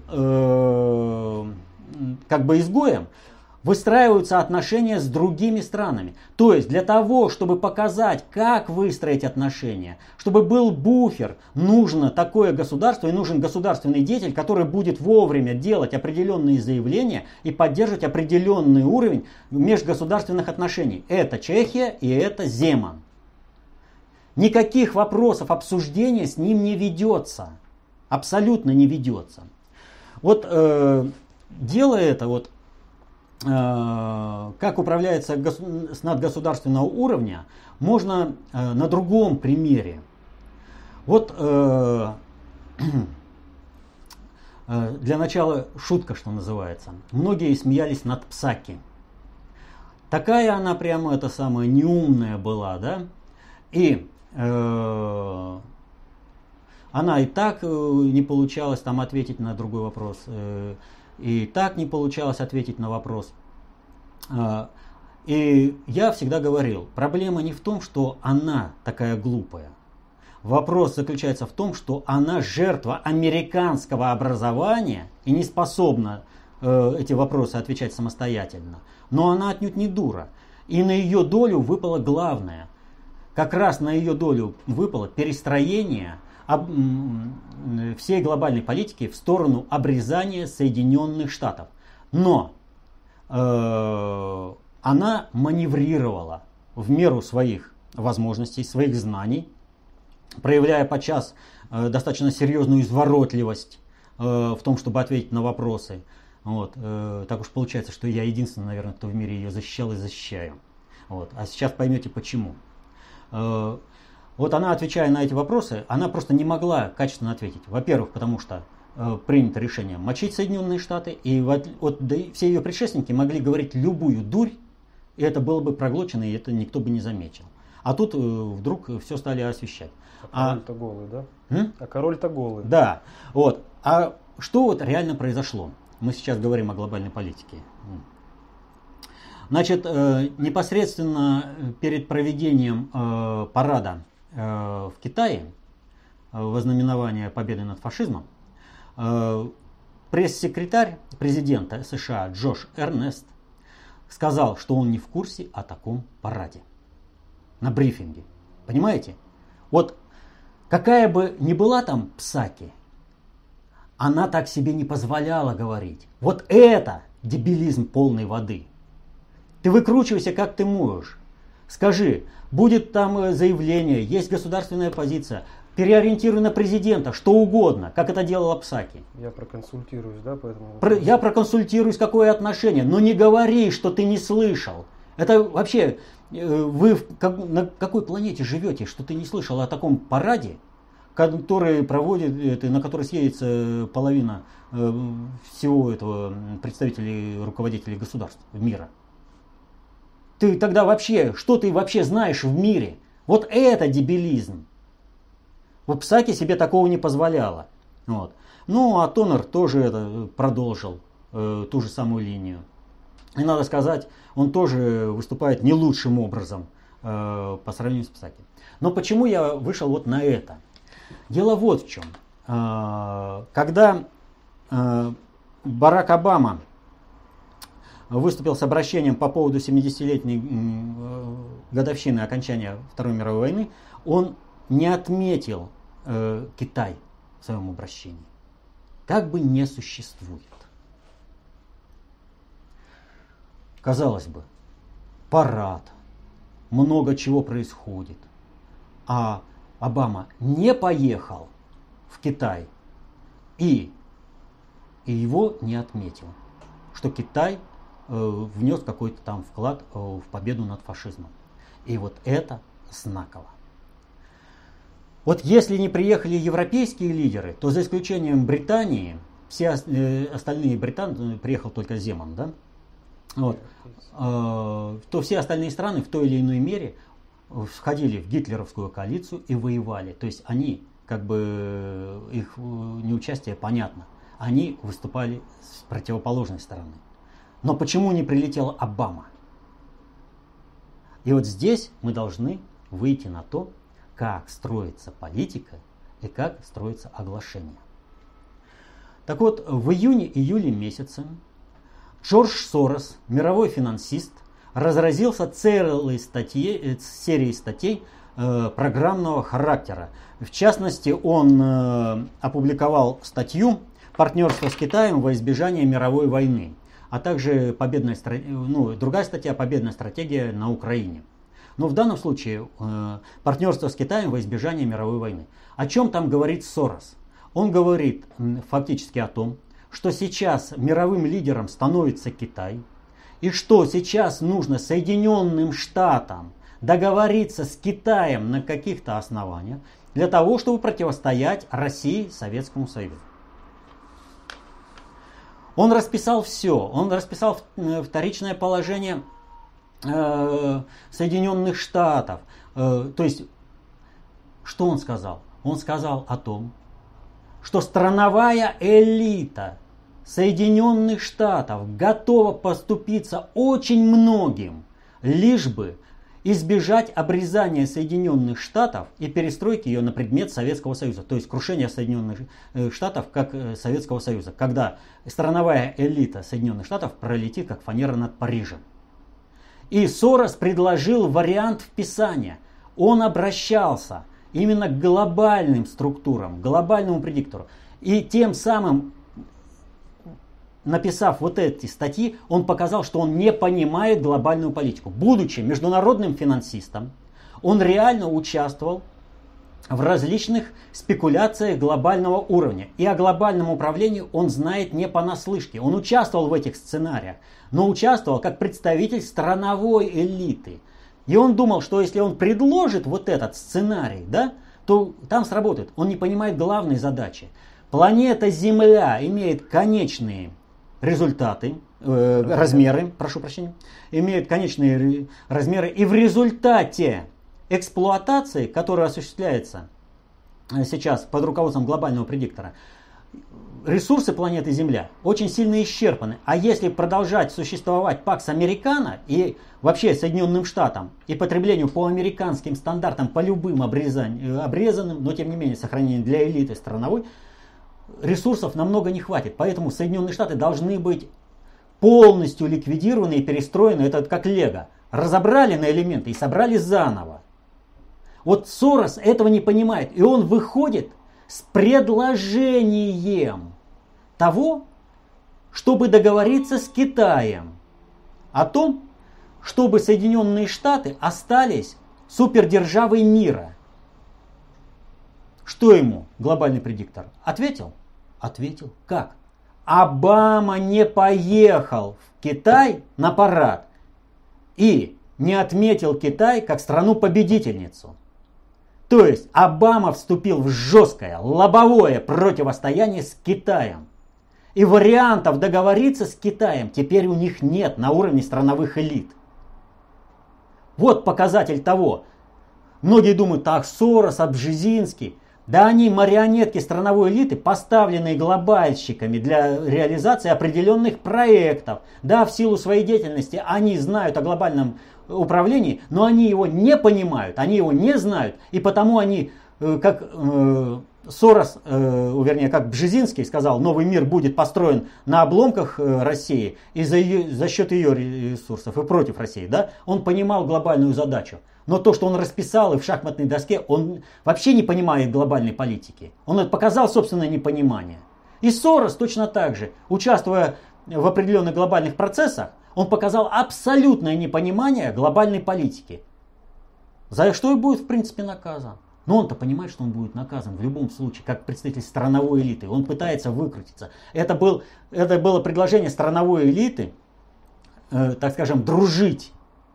э, как бы изгоем, выстраиваются отношения с другими странами. То есть для того, чтобы показать, как выстроить отношения, чтобы был буфер, нужно такое государство и нужен государственный деятель, который будет вовремя делать определенные заявления и поддерживать определенный уровень межгосударственных отношений. Это Чехия и это Земан. Никаких вопросов обсуждения с ним не ведется. Абсолютно не ведется. Вот э, делая это, вот, как управляется с надгосударственного уровня, можно на другом примере. Вот для начала шутка, что называется. Многие смеялись над Псаки. Такая она прямо это самая неумная была, да? И э, она и так не получалось там ответить на другой вопрос. И так не получалось ответить на вопрос. И я всегда говорил, проблема не в том, что она такая глупая. Вопрос заключается в том, что она жертва американского образования и не способна э, эти вопросы отвечать самостоятельно. Но она отнюдь не дура. И на ее долю выпало главное. Как раз на ее долю выпало перестроение всей глобальной политики в сторону обрезания Соединенных Штатов. Но э, она маневрировала в меру своих возможностей, своих знаний, проявляя подчас э, достаточно серьезную изворотливость э, в том, чтобы ответить на вопросы. Вот, э, так уж получается, что я единственный, наверное, кто в мире ее защищал и защищаю. Вот, а сейчас поймете почему. Э, Вот она, отвечая на эти вопросы, она просто не могла качественно ответить. Во-первых, потому что э, принято решение мочить Соединенные Штаты, и вот, вот, да и все ее предшественники могли говорить любую дурь, и это было бы проглочено, и это никто бы не заметил. А тут э, вдруг все стали освещать. А король-то голый, да? М? А король-то голый. Да. Вот. А что вот реально произошло? Мы сейчас говорим о глобальной политике. Значит, э, непосредственно перед проведением э, парада в Китае, вознаменование победы над фашизмом, пресс-секретарь президента США Джош Эрнест сказал, что он не в курсе о таком параде. на брифинге. Понимаете? Вот какая бы ни была там Псаки, она так себе не позволяла говорить. Вот это дебилизм полной воды. Ты выкручивайся как ты можешь. Скажи, будет там заявление, есть государственная позиция, переориентируй на президента, что угодно, как это делала Псаки. Я проконсультируюсь, да, поэтому... Про, я проконсультируюсь, какое отношение, но не говори, что ты не слышал. Это вообще, вы как, на какой планете живете, что ты не слышал о таком параде, который проводит, на который съедется половина всего этого представителей, руководителей государств мира. Ты тогда вообще, что ты вообще знаешь в мире? Вот это дебилизм. Вот Псаки себе такого не позволяла. Вот. Ну, а Тонер тоже это продолжил, э, ту же самую линию. И надо сказать, он тоже выступает не лучшим образом э, по сравнению с Псаки. Но почему я вышел вот на это? Дело вот в чем. Э, когда э, Барак Обама выступил с обращением по поводу семидесятилетней э, годовщины окончания Второй мировой войны, он не отметил э, Китай в своем обращении. Как бы не существует. Казалось бы, парад, много чего происходит. А Обама не поехал в Китай и, и его не отметил, что Китай э, внес какой-то там вклад э, в победу над фашизмом. И вот это знаково. Вот если не приехали европейские лидеры, то за исключением Британии, все остальные британцы, приехал только Земан, да? Вот, то все остальные страны в той или иной мере входили в гитлеровскую коалицию и воевали. То есть они, как бы, их неучастие понятно, они выступали с противоположной стороны. Но почему не прилетел Обама? И вот здесь мы должны выйти на то, как строится политика и как строится оглашение. Так вот, в июне-июле месяце Джордж Сорос, мировой финансист, разразился целой статьей, серией статей э, программного характера. В частности, он э, опубликовал статью «Партнерство с Китаем во избежание мировой войны», а также победная, ну, другая статья «Победная стратегия на Украине». Но в данном случае э, партнерство с Китаем во избежание мировой войны. О чем там говорит Сорос? Он говорит м, фактически о том, что сейчас мировым лидером становится Китай, и что сейчас нужно Соединенным Штатам договориться с Китаем на каких-то основаниях для того, чтобы противостоять России, Советскому Союзу. Он расписал все, он расписал вторичное положение Соединенных Штатов. То есть, что он сказал? Он сказал о том, что страновая элита Соединенных Штатов готова поступиться очень многим, лишь бы избежать обрезания Соединенных Штатов и перестройки ее на предмет Советского Союза, то есть крушения Соединенных Штатов как Советского Союза, когда страновая элита Соединенных Штатов пролетит как фанера над Парижем. И Сорос предложил вариант вписания. Он обращался именно к глобальным структурам, к глобальному предиктору. И тем самым, написав вот эти статьи, он показал, что он не понимает глобальную политику. Будучи международным финансистом, он реально участвовал в различных спекуляциях глобального уровня. И о глобальном управлении он знает не понаслышке. Он участвовал в этих сценариях, но участвовал как представитель страновой элиты. И он думал, что если он предложит вот этот сценарий, да, то там сработает. Он не понимает главной задачи. Планета Земля имеет конечные результаты, э, размеры, прошу прощения, имеет конечные размеры, и в результате эксплуатации, которая осуществляется сейчас под руководством глобального предиктора, ресурсы планеты Земля очень сильно исчерпаны. А если продолжать существовать Пакс Американо и вообще Соединенным Штатам и потреблению по американским стандартам, по любым обрезанным, но тем не менее сохранению для элиты страновой, ресурсов намного не хватит. Поэтому Соединенные Штаты должны быть полностью ликвидированы и перестроены. Это как лего. Разобрали на элементы и собрали заново. Вот Сорос этого не понимает. И он выходит с предложением того, чтобы договориться с Китаем о том, чтобы Соединенные Штаты остались супердержавой мира. Что ему глобальный предиктор ответил? Ответил. Как? Обама не поехал в Китай на парад и не отметил Китай как страну-победительницу. То есть Обама вступил в жесткое, лобовое противостояние с Китаем. И вариантов договориться с Китаем теперь у них нет на уровне страновых элит. Вот показатель того. Многие думают, так, Сорос, Бжезинский. Да они марионетки страновой элиты, поставленные глобальщиками для реализации определенных проектов. Да, в силу своей деятельности они знают о глобальном управлении, но они его не понимают, они его не знают. И потому они, как э, Сорос, э, вернее, как Бжезинский сказал, новый мир будет построен на обломках России и за, ее, за счет ее ресурсов и против России. Да? Он понимал глобальную задачу. Но то, что он расписал и в шахматной доске, он вообще не понимает глобальной политики. Он показал собственное непонимание. И Сорос точно так же, участвуя в определенных глобальных процессах, он показал абсолютное непонимание глобальной политики. За что и будет, в принципе, наказан. Но он-то понимает, что он будет наказан в любом случае, как представитель страновой элиты. Он пытается выкрутиться. Это, был, это было предложение страновой элиты, э, так скажем, дружить.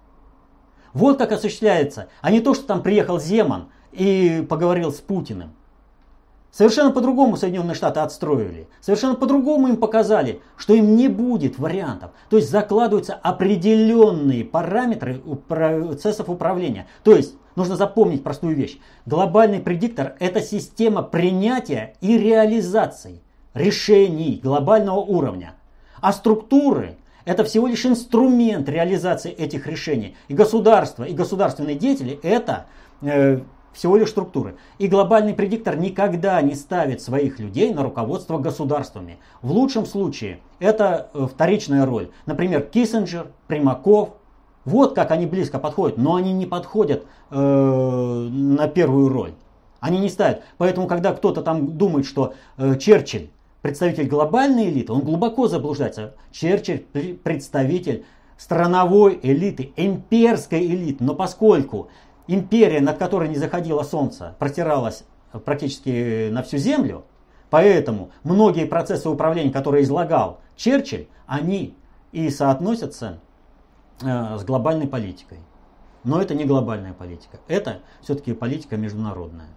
Вот как осуществляется, а не то, что там приехал Земан и поговорил с Путиным. Совершенно по-другому Соединенные Штаты отстроили. Совершенно по-другому им показали, что им не будет вариантов. То есть закладываются определенные параметры процессов управления. То есть нужно запомнить простую вещь. Глобальный предиктор – это система принятия и реализации решений глобального уровня. А структуры – это всего лишь инструмент реализации этих решений. И государство, и государственные деятели – это э, всего лишь структуры. И глобальный предиктор никогда не ставит своих людей на руководство государствами. В лучшем случае это э, вторичная роль. Например, Киссинджер, Примаков. Вот как они близко подходят, но они не подходят э, на первую роль. Они не ставят. Поэтому, когда кто-то там думает, что э, Черчилль представитель глобальной элиты, он глубоко заблуждается. Черчилль представитель страновой элиты, имперской элиты. Но поскольку империя, над которой не заходило солнце, простиралась практически на всю землю, поэтому многие процессы управления, которые излагал Черчилль, они и соотносятся э, с глобальной политикой. Но это не глобальная политика, это все-таки политика международная.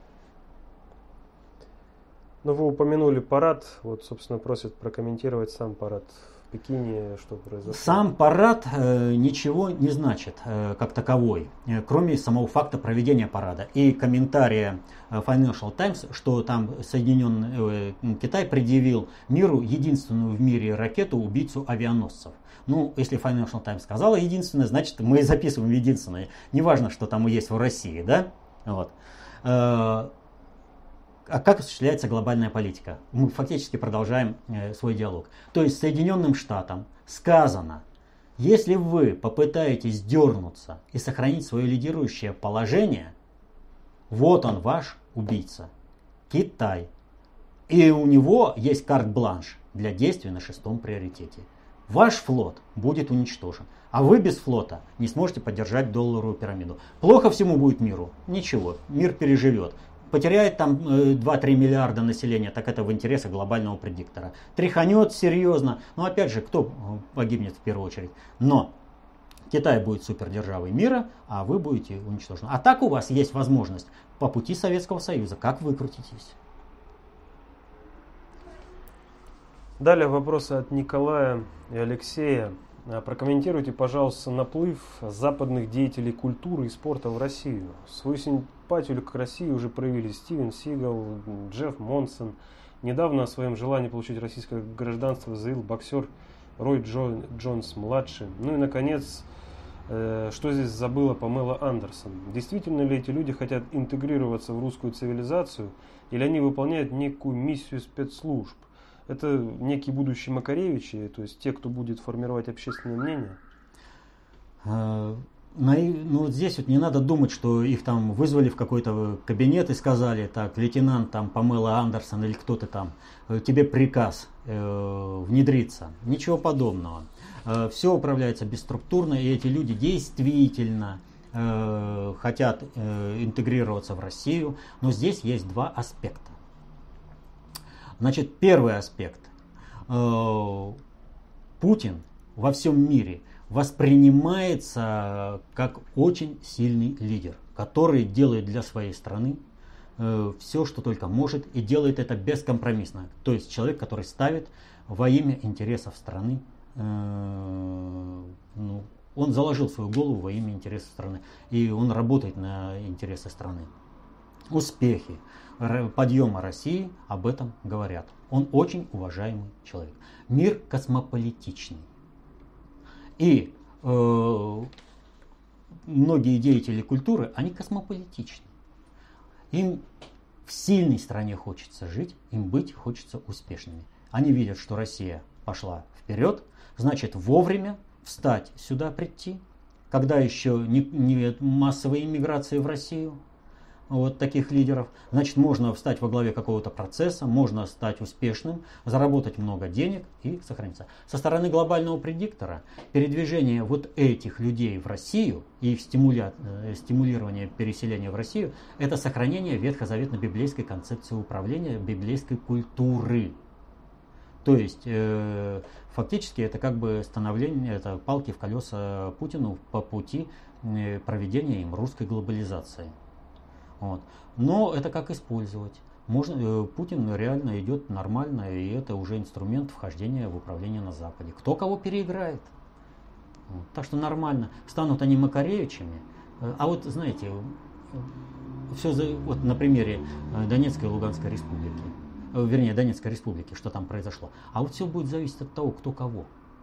Ну, вы упомянули парад, вот, собственно, просят прокомментировать сам парад в Пекине, что произошло. Сам парад э, ничего не значит э, как таковой, э, кроме самого факта проведения парада. И комментария э, Financial Times, что там Соединенный э, Китай предъявил миру единственную в мире ракету-убийцу авианосцев. Ну, если Financial Times сказала единственное, значит мы записываем единственное. Неважно, что там есть в России, да? Вот. Э, А как осуществляется глобальная политика? Мы фактически продолжаем э, свой диалог. То есть Соединенным Штатам сказано, если вы попытаетесь дернуться и сохранить свое лидирующее положение, вот он ваш убийца, Китай. И у него есть карт-бланш для действий на шестом приоритете. Ваш флот будет уничтожен, а вы без флота не сможете поддержать долларовую пирамиду. Плохо всему будет миру? Ничего, мир переживет. Потеряет там два-три миллиарда населения, так это в интересах глобального предиктора. Тряханет серьезно, но опять же, кто погибнет в первую очередь? Но Китай будет супердержавой мира, а вы будете уничтожены. А так у вас есть возможность по пути Советского Союза. Как выкрутитесь? Далее вопросы от Николая и Алексея. Прокомментируйте, пожалуйста, наплыв западных деятелей культуры и спорта в Россию. Свою симпатию к России уже проявили Стивен Сигал, Джефф Монсон. Недавно о своем желании получить российское гражданство заявил боксер Рой Джон, Джонс-младший. Ну и, наконец, э, что здесь забыла Памела Андерсон? Действительно ли эти люди хотят интегрироваться в русскую цивилизацию, или они выполняют некую миссию спецслужб? Это некие будущие Макаревичи, то есть те, кто будет формировать общественное мнение? ну, вот здесь вот не надо думать, что их там вызвали в какой-то кабинет и сказали: так, лейтенант там Памела Андерсон или кто-то там, тебе приказ э, внедриться. Ничего подобного. Э, все управляется бесструктурно, и эти люди действительно э, хотят э, интегрироваться в Россию. Но здесь есть два аспекта. Значит, первый аспект. Э, Путин во всем мире воспринимается как очень сильный лидер, который делает для своей страны э, все, что только может, и делает это бескомпромиссно. То есть человек, который ставит во имя интересов страны, э, ну, он заложил свою голову во имя интересов страны, и он работает на интересы страны. Успехи подъема России об этом говорят. Он очень уважаемый человек. Мир космополитичный. И э, многие деятели культуры, они космополитичны. Им в сильной стране хочется жить, им быть хочется успешными. Они видят, что Россия пошла вперед, значит вовремя встать сюда, прийти, когда еще не, не массовой иммиграции в Россию, вот таких лидеров, значит можно встать во главе какого-то процесса, можно стать успешным, заработать много денег и сохраниться. Со стороны глобального предиктора передвижение вот этих людей в Россию и их стимуля... стимулирование переселения в Россию — это сохранение ветхозаветно-библейской концепции управления, библейской культуры. То есть э, фактически это как бы становление, это палки в колеса Путину по пути э, проведения им русской глобализации. Вот. Но это как использовать? Можно, Путин реально идет нормально, и это уже инструмент вхождения в управление на Западе. Кто кого переиграет? Вот. Так что нормально. Станут они Макаревичами. А вот знаете, все за, вот на примере Донецкой и Луганской республики, вернее Донецкой республики, что там произошло. А вот все будет зависеть от того, кто кого.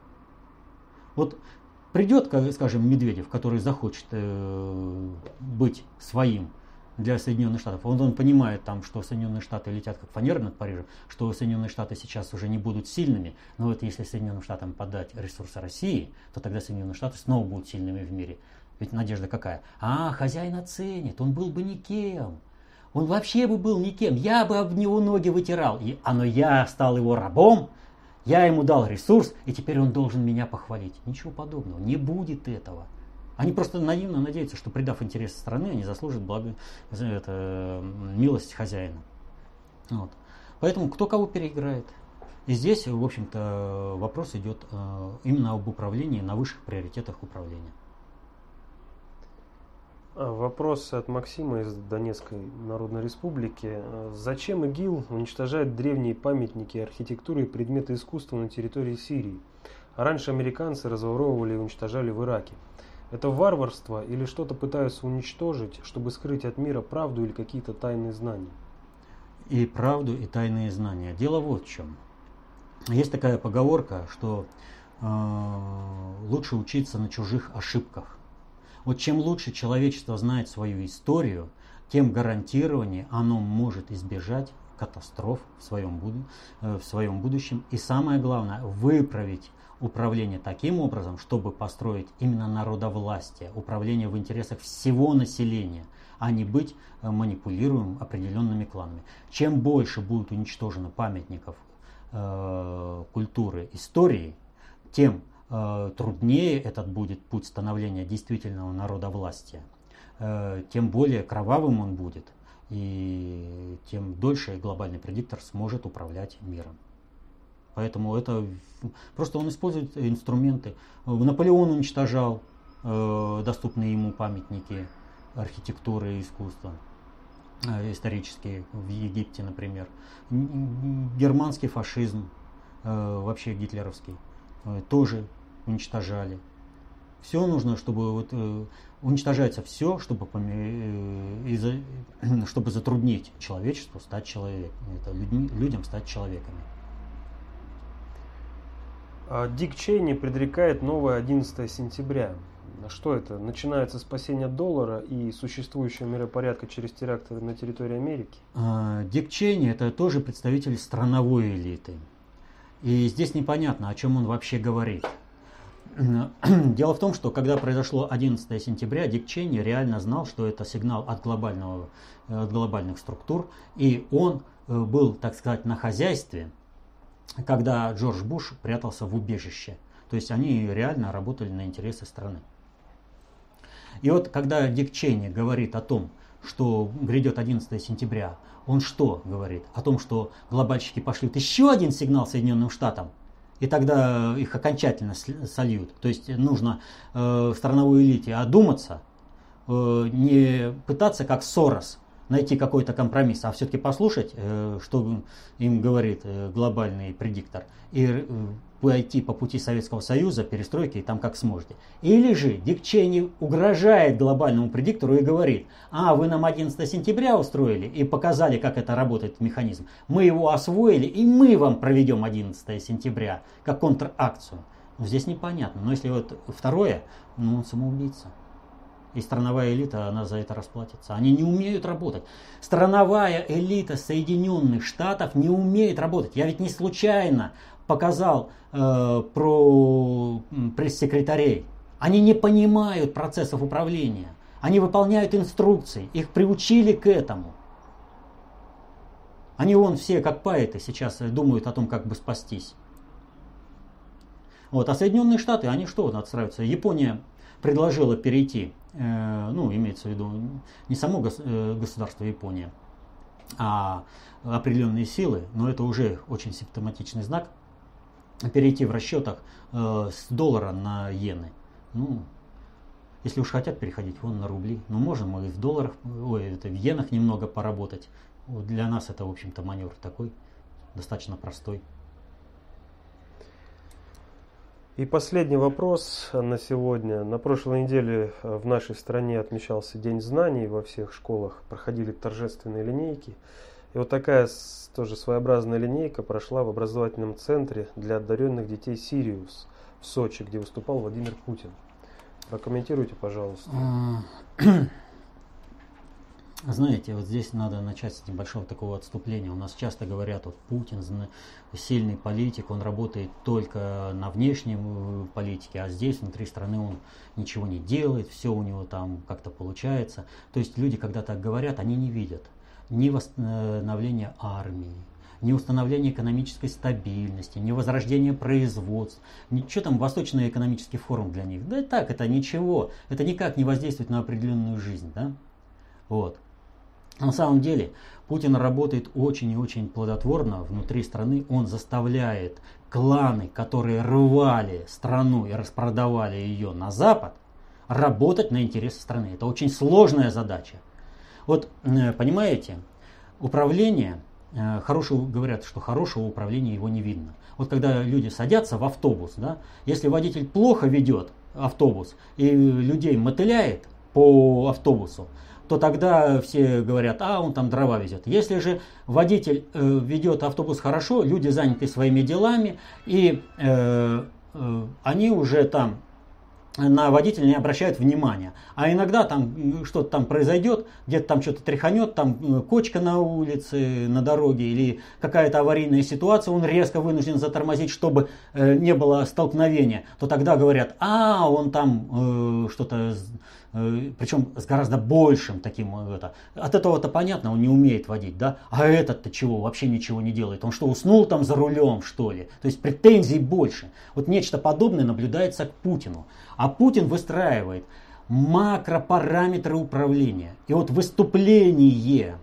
Вот придет, скажем, Медведев, который захочет э, быть своим для Соединенных Штатов. Он, он понимает, там, что Соединенные Штаты летят как фанера над Парижем, что Соединенные Штаты сейчас уже не будут сильными, но вот если Соединенным Штатам подать ресурсы России, то тогда Соединенные Штаты снова будут сильными в мире. Ведь надежда какая? А, хозяин оценит, он был бы никем. Он вообще бы был никем. Я бы об него ноги вытирал. И, а но я стал его рабом, я ему дал ресурс, и теперь он должен меня похвалить. Ничего подобного. Не будет этого. Они просто наивно надеются, что, предав интересы страны, они заслужат благо, это, милость хозяина. Вот. Поэтому кто кого переиграет. И здесь, в общем-то, вопрос идет именно об управлении, на высших приоритетах управления. Вопрос от Максима из Донецкой Народной Республики. Зачем ИГИЛ уничтожает древние памятники архитектуры и предметы искусства на территории Сирии? А раньше американцы разворовывали и уничтожали в Ираке. Это варварство или что-то пытаются уничтожить, чтобы скрыть от мира правду или какие-то тайные знания? И правду, и тайные знания. Дело вот в чем. Есть такая поговорка, что э, лучше учиться на чужих ошибках. Вот чем лучше человечество знает свою историю, тем гарантированнее оно может избежать катастроф в своем, буду, э, в своем будущем. И самое главное, выправить управление таким образом, чтобы построить именно народовластие, управление в интересах всего населения, а не быть манипулируемым определенными кланами. Чем больше будет уничтожено памятников э, культуры, истории, тем э, труднее этот будет путь становления действительного народовластия, э, тем более кровавым он будет, и тем дольше глобальный предиктор сможет управлять миром. Поэтому это просто он использует инструменты. Наполеон уничтожал э, доступные ему памятники архитектуры и искусства, э, исторические, в Египте, например. Германский фашизм, э, вообще гитлеровский, э, тоже уничтожали. Все нужно, чтобы вот, э, уничтожается все, чтобы, э, из-за, чтобы затруднить человечеству стать человеком, это людьми, людям стать человеками. Дик Чейни предрекает новое одиннадцатое сентября. Что это? Начинается спасение доллара и существующего миропорядка через теракты на территории Америки? Дик Чейни — это тоже представитель страновой элиты. И здесь непонятно, о чем он вообще говорит. дело в том, что когда произошло одиннадцатое сентября, Дик Чейни реально знал, что это сигнал от, глобального, от глобальных структур, и он был, так сказать, на хозяйстве, когда Джордж Буш прятался в убежище. То есть они реально работали на интересы страны. И вот когда Дик Чейни говорит о том, что грядет одиннадцатое сентября, он что говорит? О том, что глобальщики пошлют еще один сигнал Соединенным Штатам, и тогда их окончательно сольют. То есть нужно э, страновой элите одуматься, э, не пытаться как Сорос найти какой-то компромисс, а все-таки послушать, э, что им говорит э, глобальный предиктор, и э, пойти по пути Советского Союза, перестройки, и там как сможете. Или же Дик Чейни угрожает глобальному предиктору и говорит: а, вы нам одиннадцатое сентября устроили и показали, как это работает механизм. Мы его освоили, и мы вам проведем одиннадцатое сентября как контракцию. Но здесь непонятно. Но если вот второе, ну он самоубийца. И страновая элита, она за это расплатится. Они не умеют работать. Страновая элита Соединенных Штатов не умеет работать. Я ведь не случайно показал э, про пресс-секретарей. Они не понимают процессов управления. Они выполняют инструкции. Их приучили к этому. Они вон все, как поэты, сейчас думают о том, как бы спастись. Вот. А Соединенные Штаты, они что отстраиваются? Япония предложила перейти, э, ну, имеется в виду не само гос, э, государство Япония, а определенные силы, но это уже очень симптоматичный знак, перейти в расчетах э, с доллара на иены. Ну, если уж хотят переходить, вон на рубли. Ну, можем мы и в долларах, ой, это в иенах немного поработать. Вот для нас это, в общем-то, маневр такой, достаточно простой. И последний вопрос на сегодня. На прошлой неделе в нашей стране отмечался День знаний, во всех школах проходили торжественные линейки. И вот такая тоже своеобразная линейка прошла в образовательном центре для одаренных детей «Сириус» в Сочи, где выступал Владимир Путин. Прокомментируйте, пожалуйста. Знаете, вот здесь надо начать с небольшого такого отступления. У нас часто говорят, вот Путин сильный политик, он работает только на внешней политике, а здесь, внутри страны, он ничего не делает, все у него там как-то получается. То есть люди, когда так говорят, они не видят ни восстановления армии, ни установления экономической стабильности, ни возрождения производств. Ничего там Восточный экономический форум для них. Да и так, это ничего. Это никак не воздействует на определенную жизнь. Да? Вот. На самом деле Путин работает очень и очень плодотворно внутри страны. Он заставляет кланы, которые рвали страну и распродавали ее на Запад, работать на интересы страны. Это очень сложная задача. Вот, понимаете, управление, хорошего, говорят, что хорошего управления его не видно. Вот когда люди садятся в автобус, да, если водитель плохо ведет автобус и людей мотыляет по автобусу, то тогда все говорят, а он там дрова везет. Если же водитель э, ведет автобус хорошо, люди заняты своими делами, и э, э, они уже там на водителя не обращают внимания. А иногда там что-то там произойдет, где-то там что-то тряханет, там кочка на улице, на дороге, или какая-то аварийная ситуация, он резко вынужден затормозить, чтобы э, не было столкновения, то тогда говорят, а он там э, что-то... Причем с гораздо большим таким, это, от этого-то понятно, он не умеет водить, да, а этот-то чего, вообще ничего не делает, он что, уснул там за рулем, что ли, то есть претензий больше. Вот нечто подобное наблюдается к Путину, а Путин выстраивает макропараметры управления, и вот выступление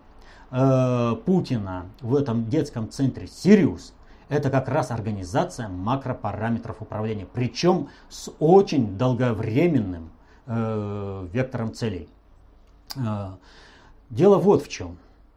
э, Путина в этом детском центре «Сириус» это как раз организация макропараметров управления, причем с очень долговременным вектором целей. Дело вот в чем.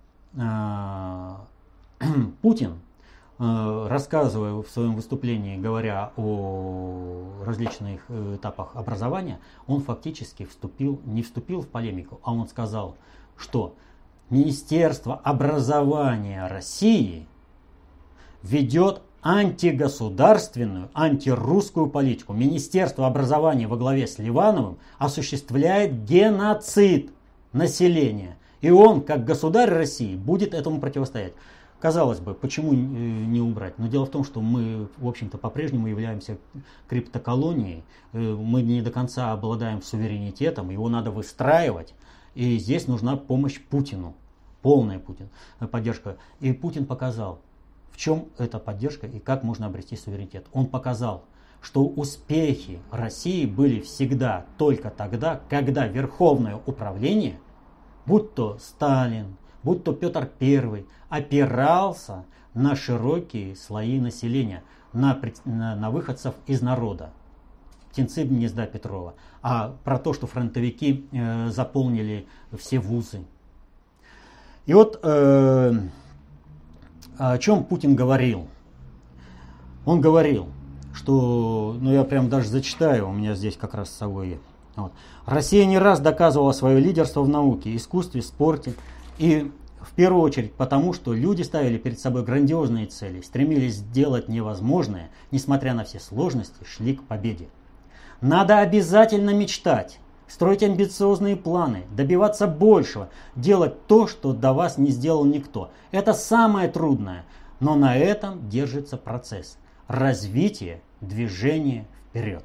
Путин, рассказывая в своем выступлении, говоря о различных этапах образования, он фактически вступил, не вступил в полемику, а он сказал, что Министерство образования России ведет антигосударственную, антирусскую политику. Министерство образования во главе с Ливановым осуществляет геноцид населения. И он, как государь России, будет этому противостоять. Казалось бы, почему не убрать? Но дело в том, что мы, в общем-то, по-прежнему являемся криптоколонией. Мы не до конца обладаем суверенитетом, его надо выстраивать. И здесь нужна помощь Путину, полная Путин, поддержка. И Путин показал, в чем эта поддержка и как можно обрести суверенитет. Он показал, что успехи России были всегда только тогда, когда верховное управление, будь то Сталин, будь то Петр Первый, опирался на широкие слои населения, на, на, на выходцев из народа. Птенцы гнезда Петрова. А про то, что фронтовики э, заполнили все вузы. И вот э, о чем Путин говорил. Он говорил, что, ну я прям даже зачитаю, у меня здесь как раз с собой. Вот. Россия не раз доказывала свое лидерство в науке, искусстве, спорте. И в первую очередь потому, что люди ставили перед собой грандиозные цели, стремились сделать невозможное, несмотря на все сложности, шли к победе. Надо обязательно мечтать, строить амбициозные планы, добиваться большего, делать то, что до вас не сделал никто. Это самое трудное, но на этом держится процесс. Развитие, движение вперед.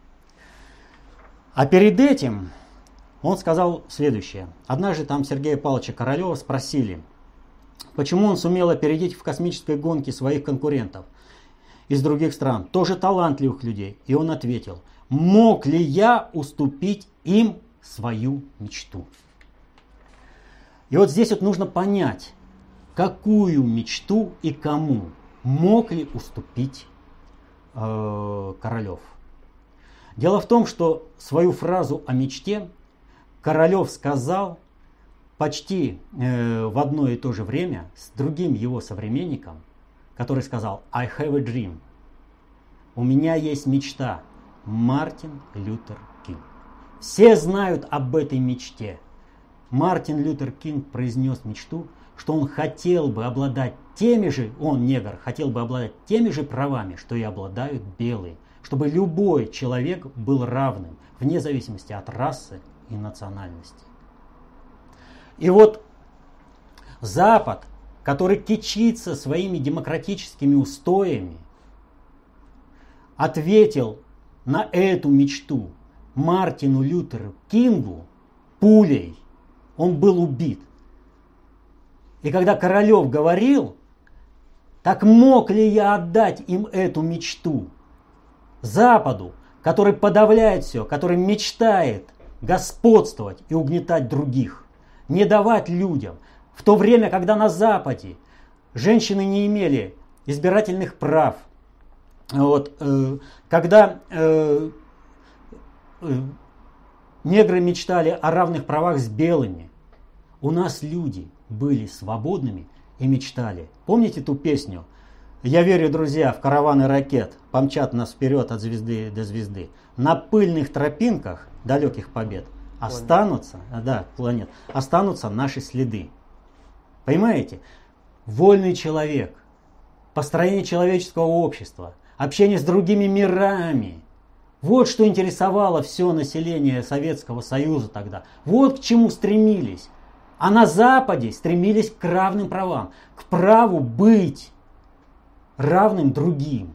А перед этим он сказал следующее. Однажды там Сергея Павловича Королева спросили, почему он сумел опередить в космической гонке своих конкурентов из других стран, тоже талантливых людей. И он ответил, мог ли я уступить им свою мечту? И вот здесь вот нужно понять, какую мечту и кому мог ли уступить э, Королев. Дело в том, что свою фразу о мечте Королев сказал почти э, в одно и то же время с другим его современником, который сказал «I have a dream». «У меня есть мечта». Мартин Лютер Кинг. Все знают об этой мечте. Мартин Лютер Кинг произнес мечту, что он хотел бы обладать теми же, он, негр, хотел бы обладать теми же правами, что и обладают белые. Чтобы любой человек был равным, вне зависимости от расы и национальности. И вот Запад, который кичится своими демократическими устоями, ответил на эту мечту Мартину Лютеру Кингу пулей. Он был убит. И когда Королев говорил, так мог ли я отдать им эту мечту? Западу, который подавляет все, который мечтает господствовать и угнетать других, не давать людям. В то время, когда на Западе женщины не имели избирательных прав, вот, э, когда э, э, негры мечтали о равных правах с белыми, у нас люди были свободными и мечтали. Помните ту песню? «Я верю, друзья, в караваны ракет, помчат нас вперед от звезды до звезды. На пыльных тропинках далеких побед останутся, да, планет, останутся наши следы». Понимаете? Вольный человек, построение человеческого общества, общение с другими мирами. Вот что интересовало все население Советского Союза тогда. Вот к чему стремились. А на Западе стремились к равным правам, к праву быть равным другим.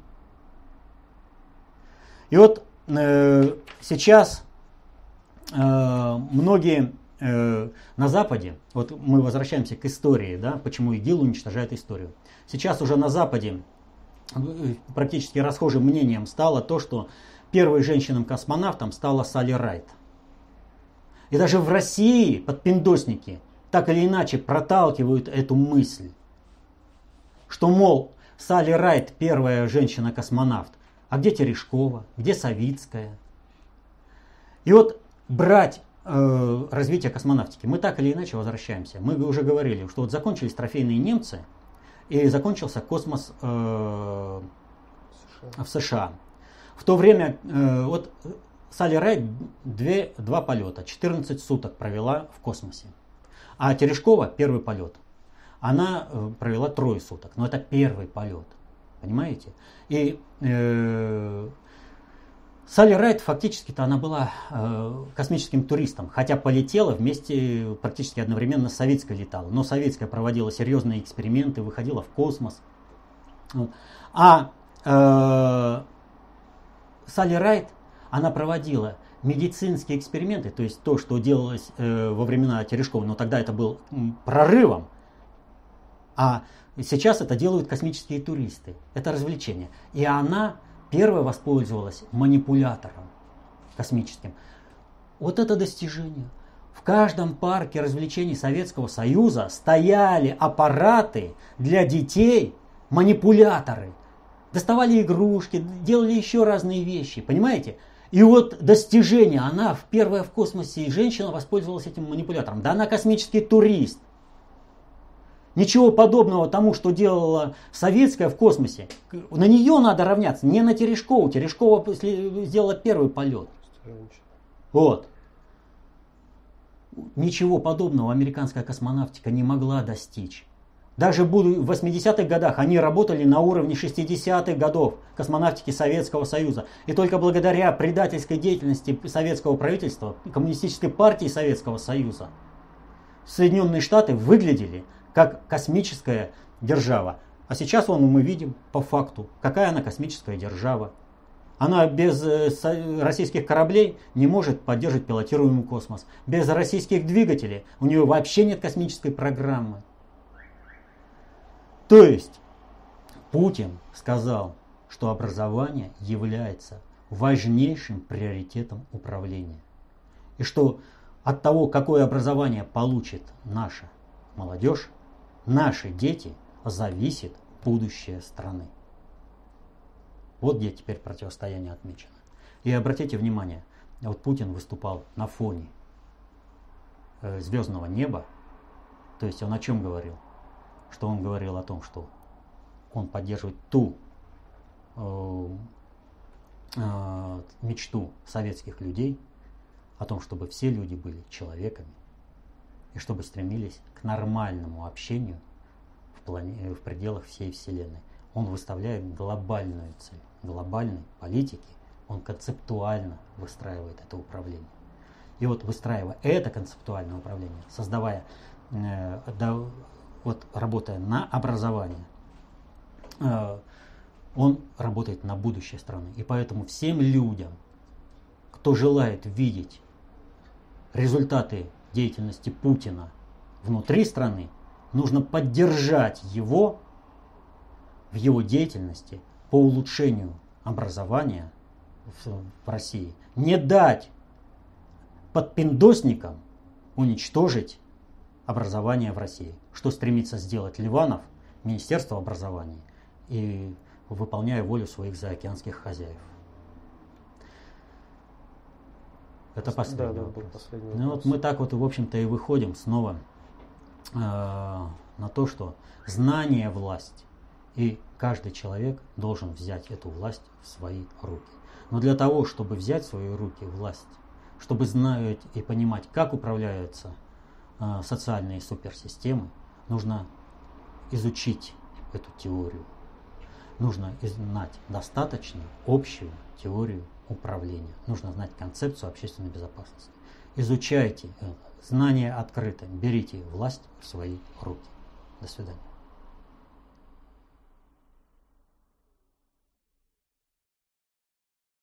И вот э, сейчас э, многие э, на Западе, вот мы возвращаемся к истории, да, почему ИГИЛ уничтожает историю. Сейчас уже на Западе практически расхожим мнением стало то, что первой женщиной-космонавтом стала Салли Райт. И даже в России подпиндосники так или иначе проталкивают эту мысль, что, мол, Салли Райт первая женщина-космонавт, а где Терешкова, где Савицкая? И вот брать э, развитие космонавтики, мы так или иначе возвращаемся. Мы уже говорили, что вот закончились трофейные немцы, и закончился космос э, в США. В то время э, вот Салли Райт две, два полета, четырнадцать суток провела в космосе. А Терешкова первый полет. Она э, провела трое суток. Но это первый полет. Понимаете? И э, Салли Райт фактически-то она была э, космическим туристом, хотя полетела вместе, практически одновременно с советской летала. Но советская проводила серьезные эксперименты, выходила в космос. А э, Салли Райт, она проводила медицинские эксперименты, то есть то, что делалось э, во времена Терешкова, но тогда это был м, прорывом. А сейчас это делают космические туристы. Это развлечение. И она первая воспользовалась манипулятором космическим. Вот это достижение. В каждом парке развлечений Советского Союза стояли аппараты для детей, манипуляторы. Доставали игрушки, делали еще разные вещи. Понимаете? И вот достижение. Она первая в космосе, и женщина воспользовалась этим манипулятором. Да она космический турист. Ничего подобного тому, что делала советская в космосе. На нее надо равняться, не на Терешкову. Терешкова сделала первый полет. Вот. Ничего подобного американская космонавтика не могла достичь. Даже в восьмидесятых годах они работали на уровне шестидесятых годов космонавтики Советского Союза. И только благодаря предательской деятельности советского правительства, Коммунистической партии Советского Союза, Соединенные Штаты выглядели как космическая держава. А сейчас вон, мы видим по факту, какая она космическая держава. Она без российских кораблей не может поддерживать пилотируемый космос. Без российских двигателей у нее вообще нет космической программы. То есть Путин сказал, что образование является важнейшим приоритетом управления. И что от того, какое образование получит наша молодежь, наши дети, зависит будущее страны. Вот где теперь противостояние отмечено. И обратите внимание, вот Путин выступал на фоне э, звездного неба. То есть он о чем говорил? Что он говорил о том, что он поддерживает ту э, э, мечту советских людей о том, чтобы все люди были человеками и чтобы стремились к нормальному общению в, плане, в пределах всей Вселенной. Он выставляет глобальную цель, глобальной политики, он концептуально выстраивает это управление. И вот выстраивая это концептуальное управление, создавая, э, да, вот работая на образование, э, он работает на будущее страны. И поэтому всем людям, кто желает видеть результаты деятельности Путина внутри страны, нужно поддержать его в его деятельности по улучшению образования в, в России. Не дать подпиндосникам уничтожить образование в России, что стремится сделать Ливанов, Министерство образования, и выполняя волю своих заокеанских хозяев. Это последний да, вопрос. Да, последний ну, вопрос. Вот мы так вот, в общем-то, и выходим снова э, на то, что знание – власть. И каждый человек должен взять эту власть в свои руки. Но для того, чтобы взять в свои руки власть, чтобы знать и понимать, как управляются э, социальные суперсистемы, нужно изучить эту теорию. Нужно знать достаточно общую теорию управления. Нужно знать концепцию общественной безопасности. Изучайте это. Знания открыто. Берите власть в свои руки. До свидания.